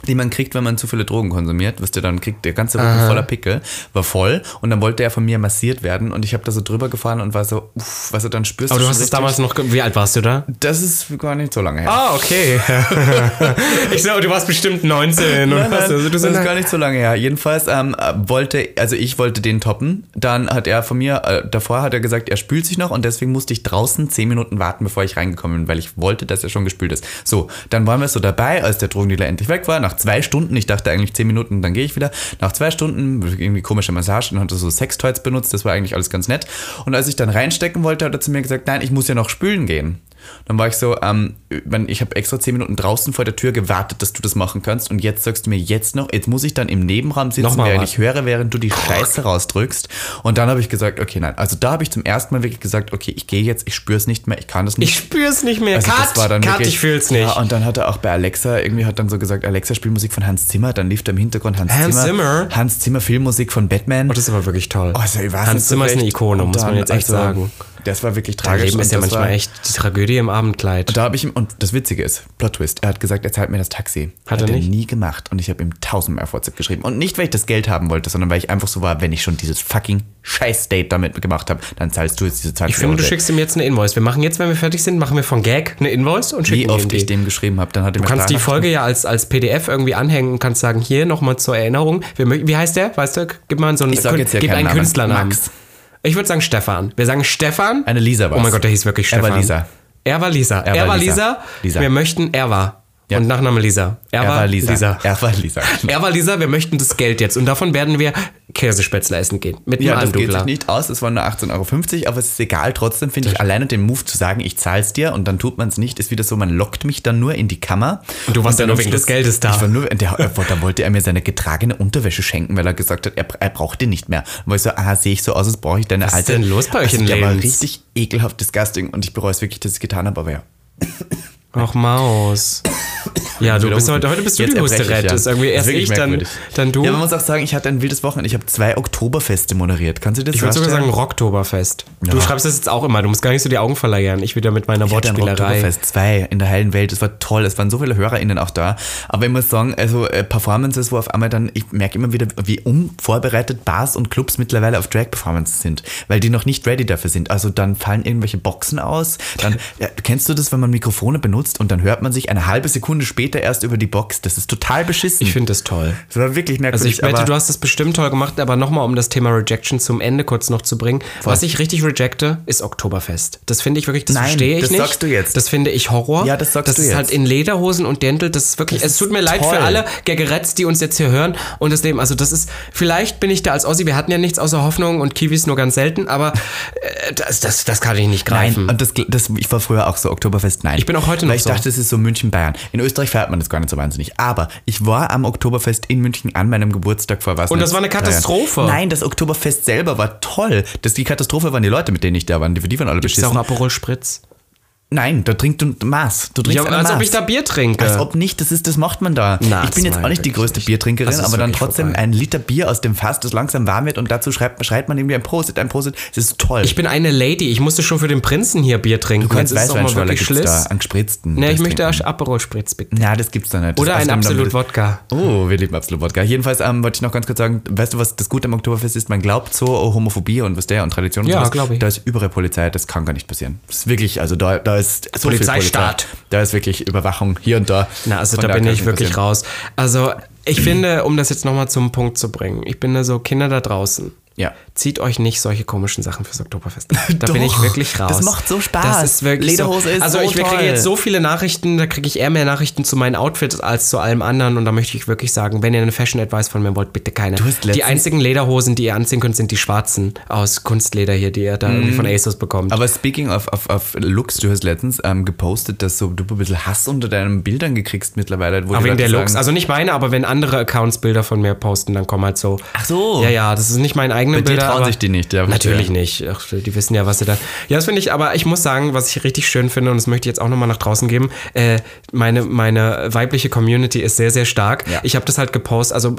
die man kriegt, wenn man zu viele Drogen konsumiert, was der dann kriegt, der ganze Rücken voller Pickel, war voll und dann wollte er von mir massiert werden und ich habe da so drüber gefahren und war so, uff, was du dann spürst. Aber du hast es richtig, damals noch, wie alt warst du da? Das ist gar nicht so lange her. Ah, okay. Ich sag, du warst bestimmt neunzehn. Nein, und was, nein, also du das sind ist gar nicht so lange her. Jedenfalls ähm, wollte, also ich wollte den toppen, dann hat er von mir, äh, davor hat er gesagt, er spült sich noch und deswegen musste ich draußen zehn Minuten warten, bevor ich reingekommen bin, weil ich wollte, dass er schon gespült ist. So, dann waren wir so dabei, als der Drogendealer endlich weg war, nach zwei Stunden, ich dachte eigentlich zehn Minuten, dann gehe ich wieder. Nach zwei Stunden, irgendwie komische Massagen, hat er so Sextoys benutzt, das war eigentlich alles ganz nett. Und als ich dann reinstecken wollte, hat er zu mir gesagt, nein, ich muss ja noch spülen gehen. Dann war ich so, ähm, ich habe extra zehn Minuten draußen vor der Tür gewartet, dass du das machen kannst und jetzt sagst du mir jetzt noch, jetzt muss ich dann im Nebenraum sitzen, Nochmal während was. ich höre, während du die Scheiße rausdrückst. Und dann habe ich gesagt, okay, nein, also da habe ich zum ersten Mal wirklich gesagt, okay, ich gehe jetzt, ich spüre es nicht mehr, ich kann das nicht. Ich spür's nicht mehr. Also Cut, das war dann Cut, wirklich, ich fühl's nicht. Ja, und dann hat er auch bei Alexa, irgendwie hat dann so gesagt, Alexa spielt Musik von Hans Zimmer, dann lief da im Hintergrund Hans, Hans Zimmer. Zimmer? Hans Zimmer Filmmusik von Batman. Oh, das ist aber wirklich toll. Oh, also ich weiß Hans nicht so Zimmer ist eine recht. Ikone, Und muss man dann, jetzt echt also, sagen. Das war wirklich Dein tragisch. Leben ist und ja das manchmal war, echt die Tragödie im Abendkleid. Und da habe ich ihm, und das Witzige ist, Plot Twist, er hat gesagt, er zahlt mir das Taxi. Hat er nicht? nie gemacht. Und ich habe ihm tausendmal auf WhatsApp geschrieben. Und nicht, weil ich das Geld haben wollte, sondern weil ich einfach so war, wenn ich schon dieses fucking Scheiß-Date damit gemacht habe, dann zahlst du jetzt diese zwanzig Ich finde, du Euro. schickst ihm jetzt eine Invoice. Wir machen jetzt, wenn wir fertig sind, machen wir von Gag eine Invoice und schicken Wie oft ihm die. ich dem geschrieben habe, dann hat er Du mir kannst die Sprachnachrichten- Folge ja als, als P D F irgendwie anhängen und kannst sagen, hier nochmal zur Erinnerung. Wir, mö- wie heißt der? Weißt du, gib mal so einen, Ich sag jetzt ja gib keinen einen Namen. Künstlernamen. Max. Ich würde sagen Stefan. Wir sagen Stefan. Eine Lisa war's. Oh mein Gott, der hieß wirklich Er Stefan. war Lisa. Er war Lisa. Er, war war Lisa. Lisa. Lisa. Wir möchten, er war. Ja. Und Nachname Lisa. Er, Er war Lisa. Lisa. Er war Lisa. Er war Lisa, wir möchten das Geld jetzt. Und davon werden wir Käsespätzle essen gehen. Mit Ja, einem das geht Andugler. sich nicht aus. Es waren nur achtzehn Euro fünfzig, aber es ist egal. Trotzdem finde ich alleine den Move zu sagen, ich zahl's dir und dann tut man es nicht, ist wieder so, man lockt mich dann nur in die Kammer. Und du warst dann ja nur am wegen des Schluss- Geldes da. Ich war nur, der, er, da wollte er mir seine getragene Unterwäsche schenken, weil er gesagt hat, er, er braucht die nicht mehr. Und war ich so, aha, sehe ich so aus, als brauche ich deine Was ist alte. denn los bei euch also, in der war Lenz? richtig ekelhaft disgusting und ich bereue es wirklich, dass ich es getan habe, aber ja. Ach, Maus. Ja, du Wieder bist husten. heute, heute bist du Jetzt die erbreche ich, Husterette. ja. Ist irgendwie Das ist erst wirklich ich, dann, merkwürdig. dann du. Ja, man muss auch sagen, ich hatte ein wildes Wochenende. Ich habe zwei Oktoberfeste moderiert. Kannst du dir das Ich würde sogar vorstellen? sagen Rocktoberfest. Du Ja. schreibst das jetzt auch immer. Du musst gar nicht so die Augen verleiern. Ich wieder mit meiner Ich hatte ein Wortspielerei. Oktoberfest zwei in der heilen Welt. Das war toll. Es waren so viele HörerInnen auch da. Aber ich muss sagen, also äh, Performances, wo auf einmal dann, ich merke immer wieder, wie unvorbereitet Bars und Clubs mittlerweile auf Drag-Performances sind. Weil die noch nicht ready dafür sind. Also dann fallen irgendwelche Boxen aus. Dann, ja, kennst du das, wenn man Mikrofone benutzt und dann hört man sich eine halbe Sekunde später erst über die Box? Das ist total beschissen. Ich finde das toll. das war wirklich Also merkwürdig. ich wette, aber du hast das bestimmt toll gemacht, aber nochmal, um das Thema Rejection zum Ende kurz noch zu bringen. Was ich richtig rejecte, ist Oktoberfest. Das finde ich wirklich, das Nein, verstehe ich das nicht. sagst du jetzt. Das finde ich Horror. Ja, das sagst das du ist jetzt. halt in Lederhosen und Dental, das ist wirklich, Das es tut ist mir leid toll. für alle Gaggeretts, die uns jetzt hier hören und das Leben. Also das ist, vielleicht bin ich da als Ossi, wir hatten ja nichts außer Hoffnung und Kiwis nur ganz selten, aber äh, das, das, das kann ich nicht greifen. Nein, und das, das, ich war früher auch so, Oktoberfest, nein. Ich bin auch heute noch Weil ich so. dachte, es ist so München-Bayern. In Österreich feiert man das gar nicht so wahnsinnig. Aber ich war am Oktoberfest in München an meinem Geburtstag vor was. Und nicht, das war eine drei Katastrophe. Jahren. Nein, das Oktoberfest selber war toll. Das, die Katastrophe waren die Leute, mit denen ich da war. Die, die waren alle Ist beschissen. auch Aperol Spritz. Nein, da trinkt du Maß. Du trinkst Ja, eine als Maß. ob ich da Bier trinke. Als ob nicht, das ist, das macht man da. Na, ich bin das jetzt war auch nicht die wirklich größte nicht. Biertrinkerin, Das ist aber dann wirklich trotzdem vorbei. ein Liter Bier aus dem Fass, das langsam warm wird und dazu schreit, schreit man irgendwie ein Prosit, ein Prosit. Das ist toll. Ich bin eine Lady, ich musste schon für den Prinzen hier Bier trinken. du kannst Jetzt ist doch mal Weißweinschorle wirklich gibt's da, Schliss. an gespritzten. Ne, ich das möchte trinken. Aperol Spritz bitte. Na, das gibt's da nicht. Das Oder ein außerdem dann Absolut mit- Wodka. Oh, wir lieben Absolut Wodka. Jedenfalls ähm, wollte ich noch ganz kurz sagen, weißt du, was das Gute am Oktoberfest ist? Man glaubt so, oh, Homophobie und was der und Tradition und Ja, sowas. glaub ich. Da ist überall Polizei, das kann gar nicht passieren. Das ist wirklich, also da, da ist so viel Polizeistaat. Polizei. Da ist wirklich Überwachung hier und da. Na, also Von da daher bin kann ich es wirklich nicht raus. Also ich finde, um das jetzt nochmal zum Punkt zu bringen, ich bin da so, Kinder da draußen, Ja. zieht euch nicht solche komischen Sachen fürs Oktoberfest. Da Doch, bin ich wirklich raus. das macht so Spaß. Das ist wirklich Lederhose so. ist Also so ich wir kriege toll. jetzt so viele Nachrichten, da kriege ich eher mehr Nachrichten zu meinen Outfits als zu allem anderen und da möchte ich wirklich sagen, wenn ihr eine Fashion Advice von mir wollt, bitte keine. Du hast Die letztens- einzigen Lederhosen, die ihr anziehen könnt, sind die schwarzen aus Kunstleder hier, die ihr da irgendwie von ASOS bekommt. Aber speaking of, of, of Looks, du hast letztens ähm, gepostet, dass so, du ein bisschen Hass unter deinen Bildern gekriegst mittlerweile. Wo Aber die wegen Leute der Looks, sagen, also nicht meine, aber wenn andere Accounts Bilder von mir posten, dann kommen halt so. Ach so. Ja, ja, das ist nicht meine eigene Bei dir Bilder. trauen aber sich die nicht, ja, verstehe. Natürlich nicht. Ach, die wissen ja, was sie da. Ja, das finde ich, aber ich muss sagen, was ich richtig schön finde, und das möchte ich jetzt auch nochmal nach draußen geben, äh, meine, meine weibliche Community ist sehr, sehr stark. Ja. Ich habe das halt gepostet, also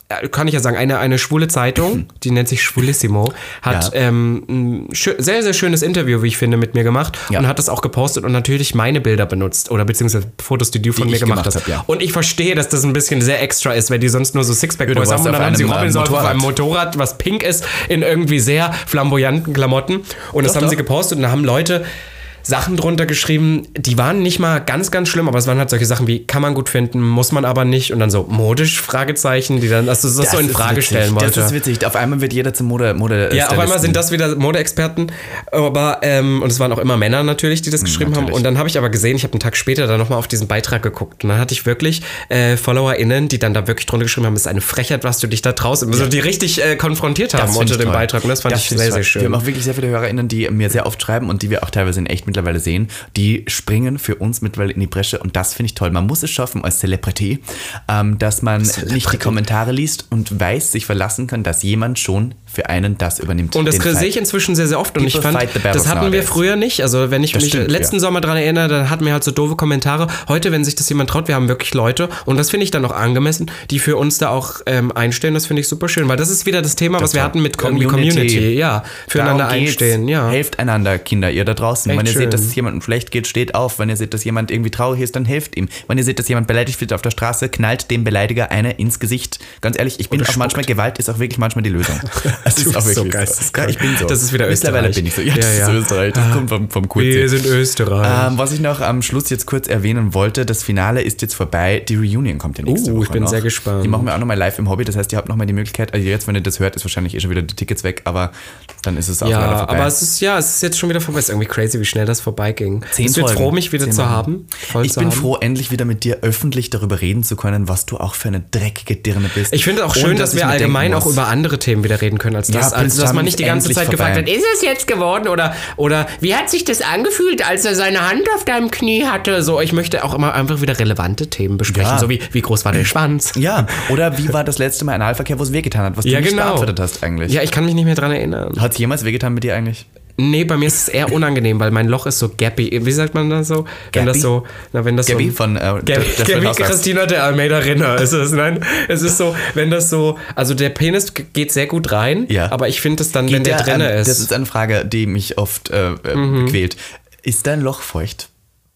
kann ich ja sagen, eine, eine schwule Zeitung, die nennt sich Schwulissimo, hat Ja. ähm, ein schö- sehr, sehr schönes Interview, wie ich finde, mit mir gemacht Ja. und hat das auch gepostet und natürlich meine Bilder benutzt oder beziehungsweise Fotos, die du von Die mir ich gemacht gemacht hast. hab, ja. Und ich verstehe, dass das ein bisschen sehr extra ist, weil die sonst nur so Sixpack-Boys du haben warst und dann auf haben sie einem, Robin äh, Solf auf Motorrad. einem Motorrad, was pink ist, in irgendwie sehr flamboyanten Klamotten und das Doch, haben doch. sie gepostet und da haben Leute Sachen drunter geschrieben, die waren nicht mal ganz, ganz schlimm, aber es waren halt solche Sachen wie, kann man gut finden, muss man aber nicht und dann so modisch, Fragezeichen, die dann, also das, das so in ist Frage witzig. stellen wollte. Das ist witzig. Auf einmal wird jeder zum Mode, Mode Ja, auf einmal sind das wieder Modeexperten, aber ähm, und es waren auch immer Männer natürlich, die das geschrieben haben. natürlich. Und dann habe ich aber gesehen, ich habe einen Tag später dann nochmal auf diesen Beitrag geguckt und dann hatte ich wirklich äh, FollowerInnen, die dann da wirklich drunter geschrieben haben, es ist eine Frechheit, was du dich da traust, also die richtig äh, konfrontiert haben find unter ich dem toll. Beitrag und das fand Das ich find sehr, toll. sehr schön. Wir haben auch wirklich sehr viele HörerInnen, die mir sehr oft schreiben und die wir auch teilweise in echt mittlerweile sehen, die springen für uns mittlerweile in die Bresche und das finde ich toll. Man muss es schaffen als Celebrity, ähm, dass man nicht die Kommentare liest und weiß, sich verlassen kann, dass jemand schon für einen das übernimmt. Und das den sehe Fight. ich inzwischen sehr, sehr oft. Und People ich fand, fight the battles das hatten wir nowadays. früher nicht. Also wenn ich Das mich stimmt, letzten ja. Sommer daran erinnere, dann hatten wir halt so doofe Kommentare. Heute, wenn sich das jemand traut, wir haben wirklich Leute, und das finde ich dann auch angemessen, die für uns da auch ähm, einstehen. Das finde ich super schön, weil das ist wieder das Thema, was wir hatten mit Community. Community. Ja, füreinander Darum geht's. einstehen. Ja. Helft einander, Kinder, ihr da draußen. Echt Wenn ihr schön. seht, dass es jemandem schlecht geht, steht auf. Wenn ihr seht, dass jemand irgendwie traurig ist, dann helft ihm. Wenn ihr seht, dass jemand beleidigt wird auf der Straße, knallt dem Beleidiger eine ins Gesicht. Ganz ehrlich, ich bin Oder auch manchmal, Gewalt ist auch wirklich manchmal die Lösung. Das Du bist so geisteskrank. Ja, ich bin so. Das ist wieder Mittlerweile Österreich. bin ich so. Ja, Ja, das ja. ist Österreich. Das kommt vom, vom Kurz. Wir sind Österreich. Ähm, was ich noch am Schluss jetzt kurz erwähnen wollte, das Finale ist jetzt vorbei. Die Reunion kommt ja nächste Uh, Woche ich bin noch. sehr gespannt. Die machen wir auch nochmal live im Hobby. Das heißt, ihr habt nochmal die Möglichkeit, also jetzt, wenn ihr das hört, ist wahrscheinlich eh schon wieder die Tickets weg, aber dann ist es auch ja, leider vorbei. aber es ist ja, es ist jetzt schon wieder vorbei. Es ist irgendwie crazy, wie schnell das vorbeiging. Zehn Bist du jetzt Folgen. froh, mich wieder Zehn zu Folgen. haben? Voll Ich zu bin haben? froh, endlich wieder mit dir öffentlich darüber reden zu können, was du auch für eine dreckige Dirne bist. Ich finde auch Ohne, schön, dass ich wir mir allgemein denken auch muss. über andere Themen wieder reden können, als Ja, das, als Prince dass man Charming nicht die ist ganze endlich Zeit vorbei. gefragt hat, ist es jetzt geworden oder, oder wie hat sich das angefühlt, als er seine Hand auf deinem Knie hatte? So, ich möchte auch immer einfach wieder relevante Themen besprechen, Ja. so wie, wie groß war der Schwanz? Ja, oder wie war das letzte Mal Analverkehr, wo es wehgetan hat, was du Ja, nicht genau. beantwortet hast eigentlich? Ja, ich kann mich nicht mehr dran erinnern. Hat es jemals wehgetan mit dir eigentlich? Nee, bei mir ist es eher unangenehm, weil mein Loch ist so gappy. Wie sagt man das so? Wenn Gappy? das so, na, wenn das Gabby so... von äh, Gabby, Desperate Gabby Housewives. Christina de Almeida Rinner ist es, nein? Es ist so, wenn das so, also der Penis geht sehr gut rein, Ja. aber ich finde es dann, wenn der, der, drinne ähm, ist. Das ist eine Frage, die mich oft äh, äh, Mhm. quält. Ist dein Loch feucht?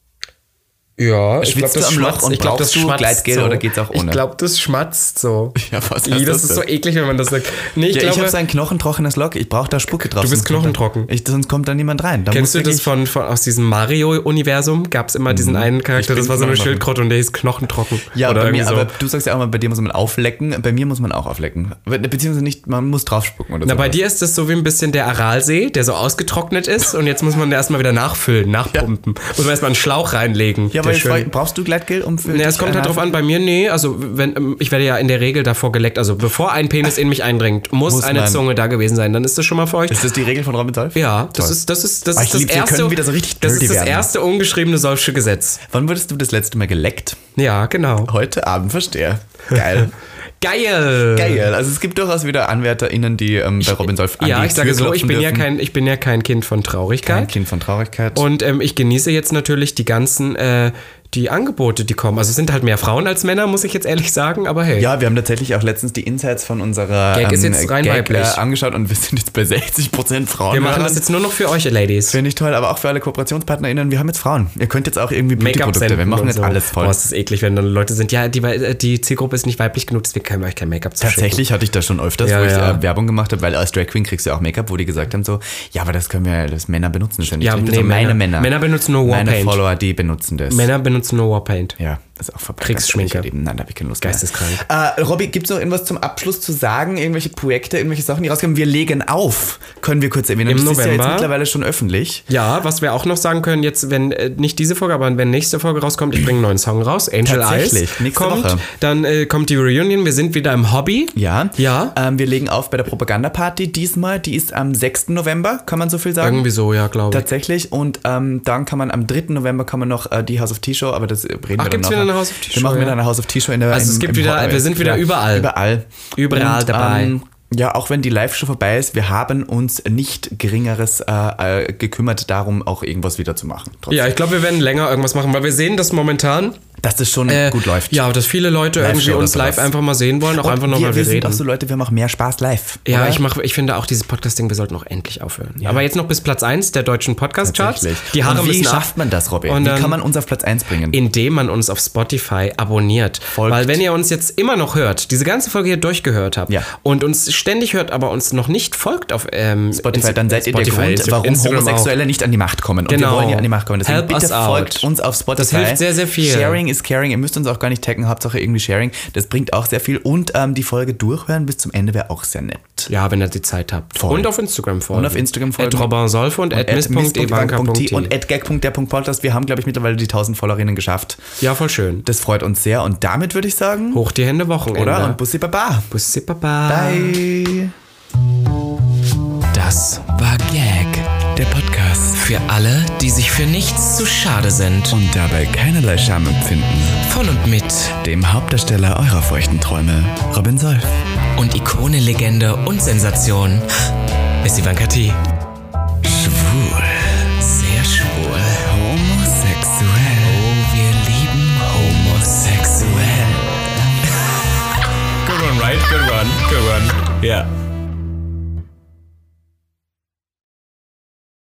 Ja, ich Schwitzt glaube, das du am Loch schmatzt. und Ich glaube, das brauchst du schmatzt Gleitgel so. oder geht's auch ohne? Ich glaube, das schmatzt so. Ja, was I, heißt das das ist so denn? eklig, wenn man das sagt. Nee, ich Ja, glaube, ich habe so ein knochentrockenes Loch, ich brauche da Spucke drauf. Du bist sonst kommt knochentrocken. Da, ich, sonst kommt da niemand rein. Da kennst du muss das wirklich- von, von aus diesem Mario-Universum? Gab es immer diesen einen Charakter, Ich bin das war so eine knochentrocken. Schildkröte und der hieß knochentrocken. Ja, oder bei mir, irgendwie so. aber du sagst ja auch mal, bei dir muss man auflecken, bei mir muss man auch auflecken. Beziehungsweise nicht, man muss draufspucken oder so. Na, bei dir ist das so wie ein bisschen der Aralsee, der so ausgetrocknet ist und jetzt muss man da erstmal wieder nachfüllen, nachpumpen. Muss man erstmal einen Schlauch reinlegen. Ja, aber der jetzt schön- frage ich, brauchst du Gleitgel, um für Ja, es dich kommt halt eine- drauf an, bei mir, nee, also wenn, ähm, ich werde ja in der Regel davor geleckt, also bevor ein Penis in mich eindringt, muss, Muss eine man. Zunge da gewesen sein, dann ist das schon mal feucht. Ist das die Regel von Robin Solf? Ja, das Toll. ist das ist das Ah, ist ich das lieb's, wir erste können wieder so richtig das dirty ist das werden. erste ungeschriebene Solfsche Gesetz. Wann wurdest du das letzte Mal geleckt? Ja, genau. Heute Abend, verstehe. Geil. Geil. Geil. Also es gibt durchaus wieder AnwärterInnen, die ähm, bei Robin Solf an Ja, die ich sage Tür so, ich klopfen bin ja dürfen. kein ich bin ja kein Kind von Traurigkeit. Kein Kind von Traurigkeit. Und ähm, ich genieße jetzt natürlich die ganzen äh, die Angebote, die kommen. Also es sind halt mehr Frauen als Männer, muss ich jetzt ehrlich sagen, aber hey. ja, wir haben tatsächlich auch letztens die Insights von unserer Gag ist jetzt rein Gag, weiblich. äh, angeschaut und wir sind jetzt bei sechzig Prozent Frauen. Wir machen das jetzt nur noch für euch, Ladies. Finde ich toll, aber auch für alle KooperationspartnerInnen, wir haben jetzt Frauen. Ihr könnt jetzt auch irgendwie Make-up Beauty-Produkte, senden wir machen und jetzt so. alles voll. Boah, ist das eklig, wenn dann Leute sind, ja, die, die Zielgruppe ist nicht weiblich genug, deswegen können wir euch kein Make-up zuschicken. Tatsächlich hatte ich das schon öfters, Ja, wo ich ja. äh, Werbung gemacht habe, weil als Drag Queen kriegst du auch Make-up, wo die gesagt haben so, ja, aber das können wir, das Männer benutzen das ja nicht. Ja, Ich bin nee, so, meine Männer- Männer. Männer benutzen nur Meine Warpaint. Follower, die benutzen das. Männer benutzen nur Warpaint. Ja, ist auch vorbei. Kriegsschminke. Ganz ehrlich, Nein, da habe ich keine Lust mehr. Geisteskrank. Äh, Robby, gibt es noch irgendwas zum Abschluss zu sagen? Irgendwelche Projekte, irgendwelche Sachen, die rauskommen? Wir legen auf, können wir kurz erwähnen. Im das ist ja jetzt November. mittlerweile schon öffentlich. Ja, was wir auch noch sagen können, jetzt, wenn äh, nicht diese Folge, aber wenn nächste Folge rauskommt, ich bringe einen neuen Song raus, Angel Tatsächlich, Eyes. nächste kommt, Woche. Dann äh, kommt die Reunion, wir sind wieder im Hobby. Ja. Ja. Ähm, wir legen auf bei der Propagandaparty diesmal. Die ist am sechsten November, kann man so viel sagen. Irgendwie so, ja, glaube ich. Tatsächlich. Und ähm, dann kann man am dritten November kann man noch äh, die House of T-Show, aber das äh, reden Ach, wir dann gibt's nachher. wieder eine House of T-Show, Wir machen ja. wieder eine House of T-Show in der Also im, es gibt im wieder- Ho- wir sind wieder ja, überall. Überall. Überall dabei. ja, auch wenn die Live-Show vorbei ist, wir haben uns nicht Geringeres äh, äh, gekümmert darum, auch irgendwas wieder zu machen. Trotzdem. Ja, ich glaube, wir werden länger irgendwas machen, weil wir sehen, dass momentan dass das schon Äh, gut läuft. Ja, dass viele Leute Live-Show irgendwie oder uns live sowas. einfach mal sehen wollen, auch Und einfach nur wir, mal wir wir sind reden. auch so Leute, wir machen mehr Spaß live. Ja, oder? ich, mach, ich finde auch dieses Podcast-Ding, wir sollten auch endlich aufhören. Aber jetzt noch bis Platz eins der deutschen Podcast-Charts. Tatsächlich. Die Haare Und wie müssen ab. schafft man das, Robin? Und Wie dann- kann man uns auf Platz eins bringen? Indem man uns auf Spotify abonniert. Folgt. Weil wenn ihr uns jetzt immer noch hört, diese ganze Folge hier durchgehört habt Ja. und uns ständig hört, aber uns noch nicht folgt auf ähm, Spotify, Insta- dann seid ihr der Spotify, Grund, Insta- warum Instagram Homosexuelle nicht an die Macht kommen. Und Genau. wir wollen ja an die Macht kommen. Deswegen Help bitte us out. folgt uns auf Spotify. Das hilft sehr, sehr viel. Sharing is caring. Ihr müsst uns auch gar nicht taggen, Hauptsache irgendwie Sharing. Das bringt auch sehr viel. Und ähm, die Folge durchhören bis zum Ende wäre auch sehr nett. auch. Ja, wenn ihr die Zeit habt. Voll. Und auf Instagram folgen. Und auf Instagram folgen. At Robinsolfe und, Und at miss.evanka.t. und at gag.der.podcast. Wir haben, glaube ich, mittlerweile die tausend Followerinnen geschafft. Ja, voll schön. Das freut uns sehr. Und damit würde ich sagen, Hoch die Hände, Wochenende. oder? Und Bussi Baba. Bussi Baba. Bye. Das war Gag, der Podcast. Für alle, die sich für nichts zu schade sind. Und dabei keinerlei Scham empfinden. Von und mit Dem Hauptdarsteller eurer feuchten Träume, Robin Solf. und Ikone, Legende und Sensation, Miss Ivanka T. Schwul. Sehr schwul. Homosexuell. Oh, wir lieben homosexuell. Good one, right? Good one. Good one. Yeah.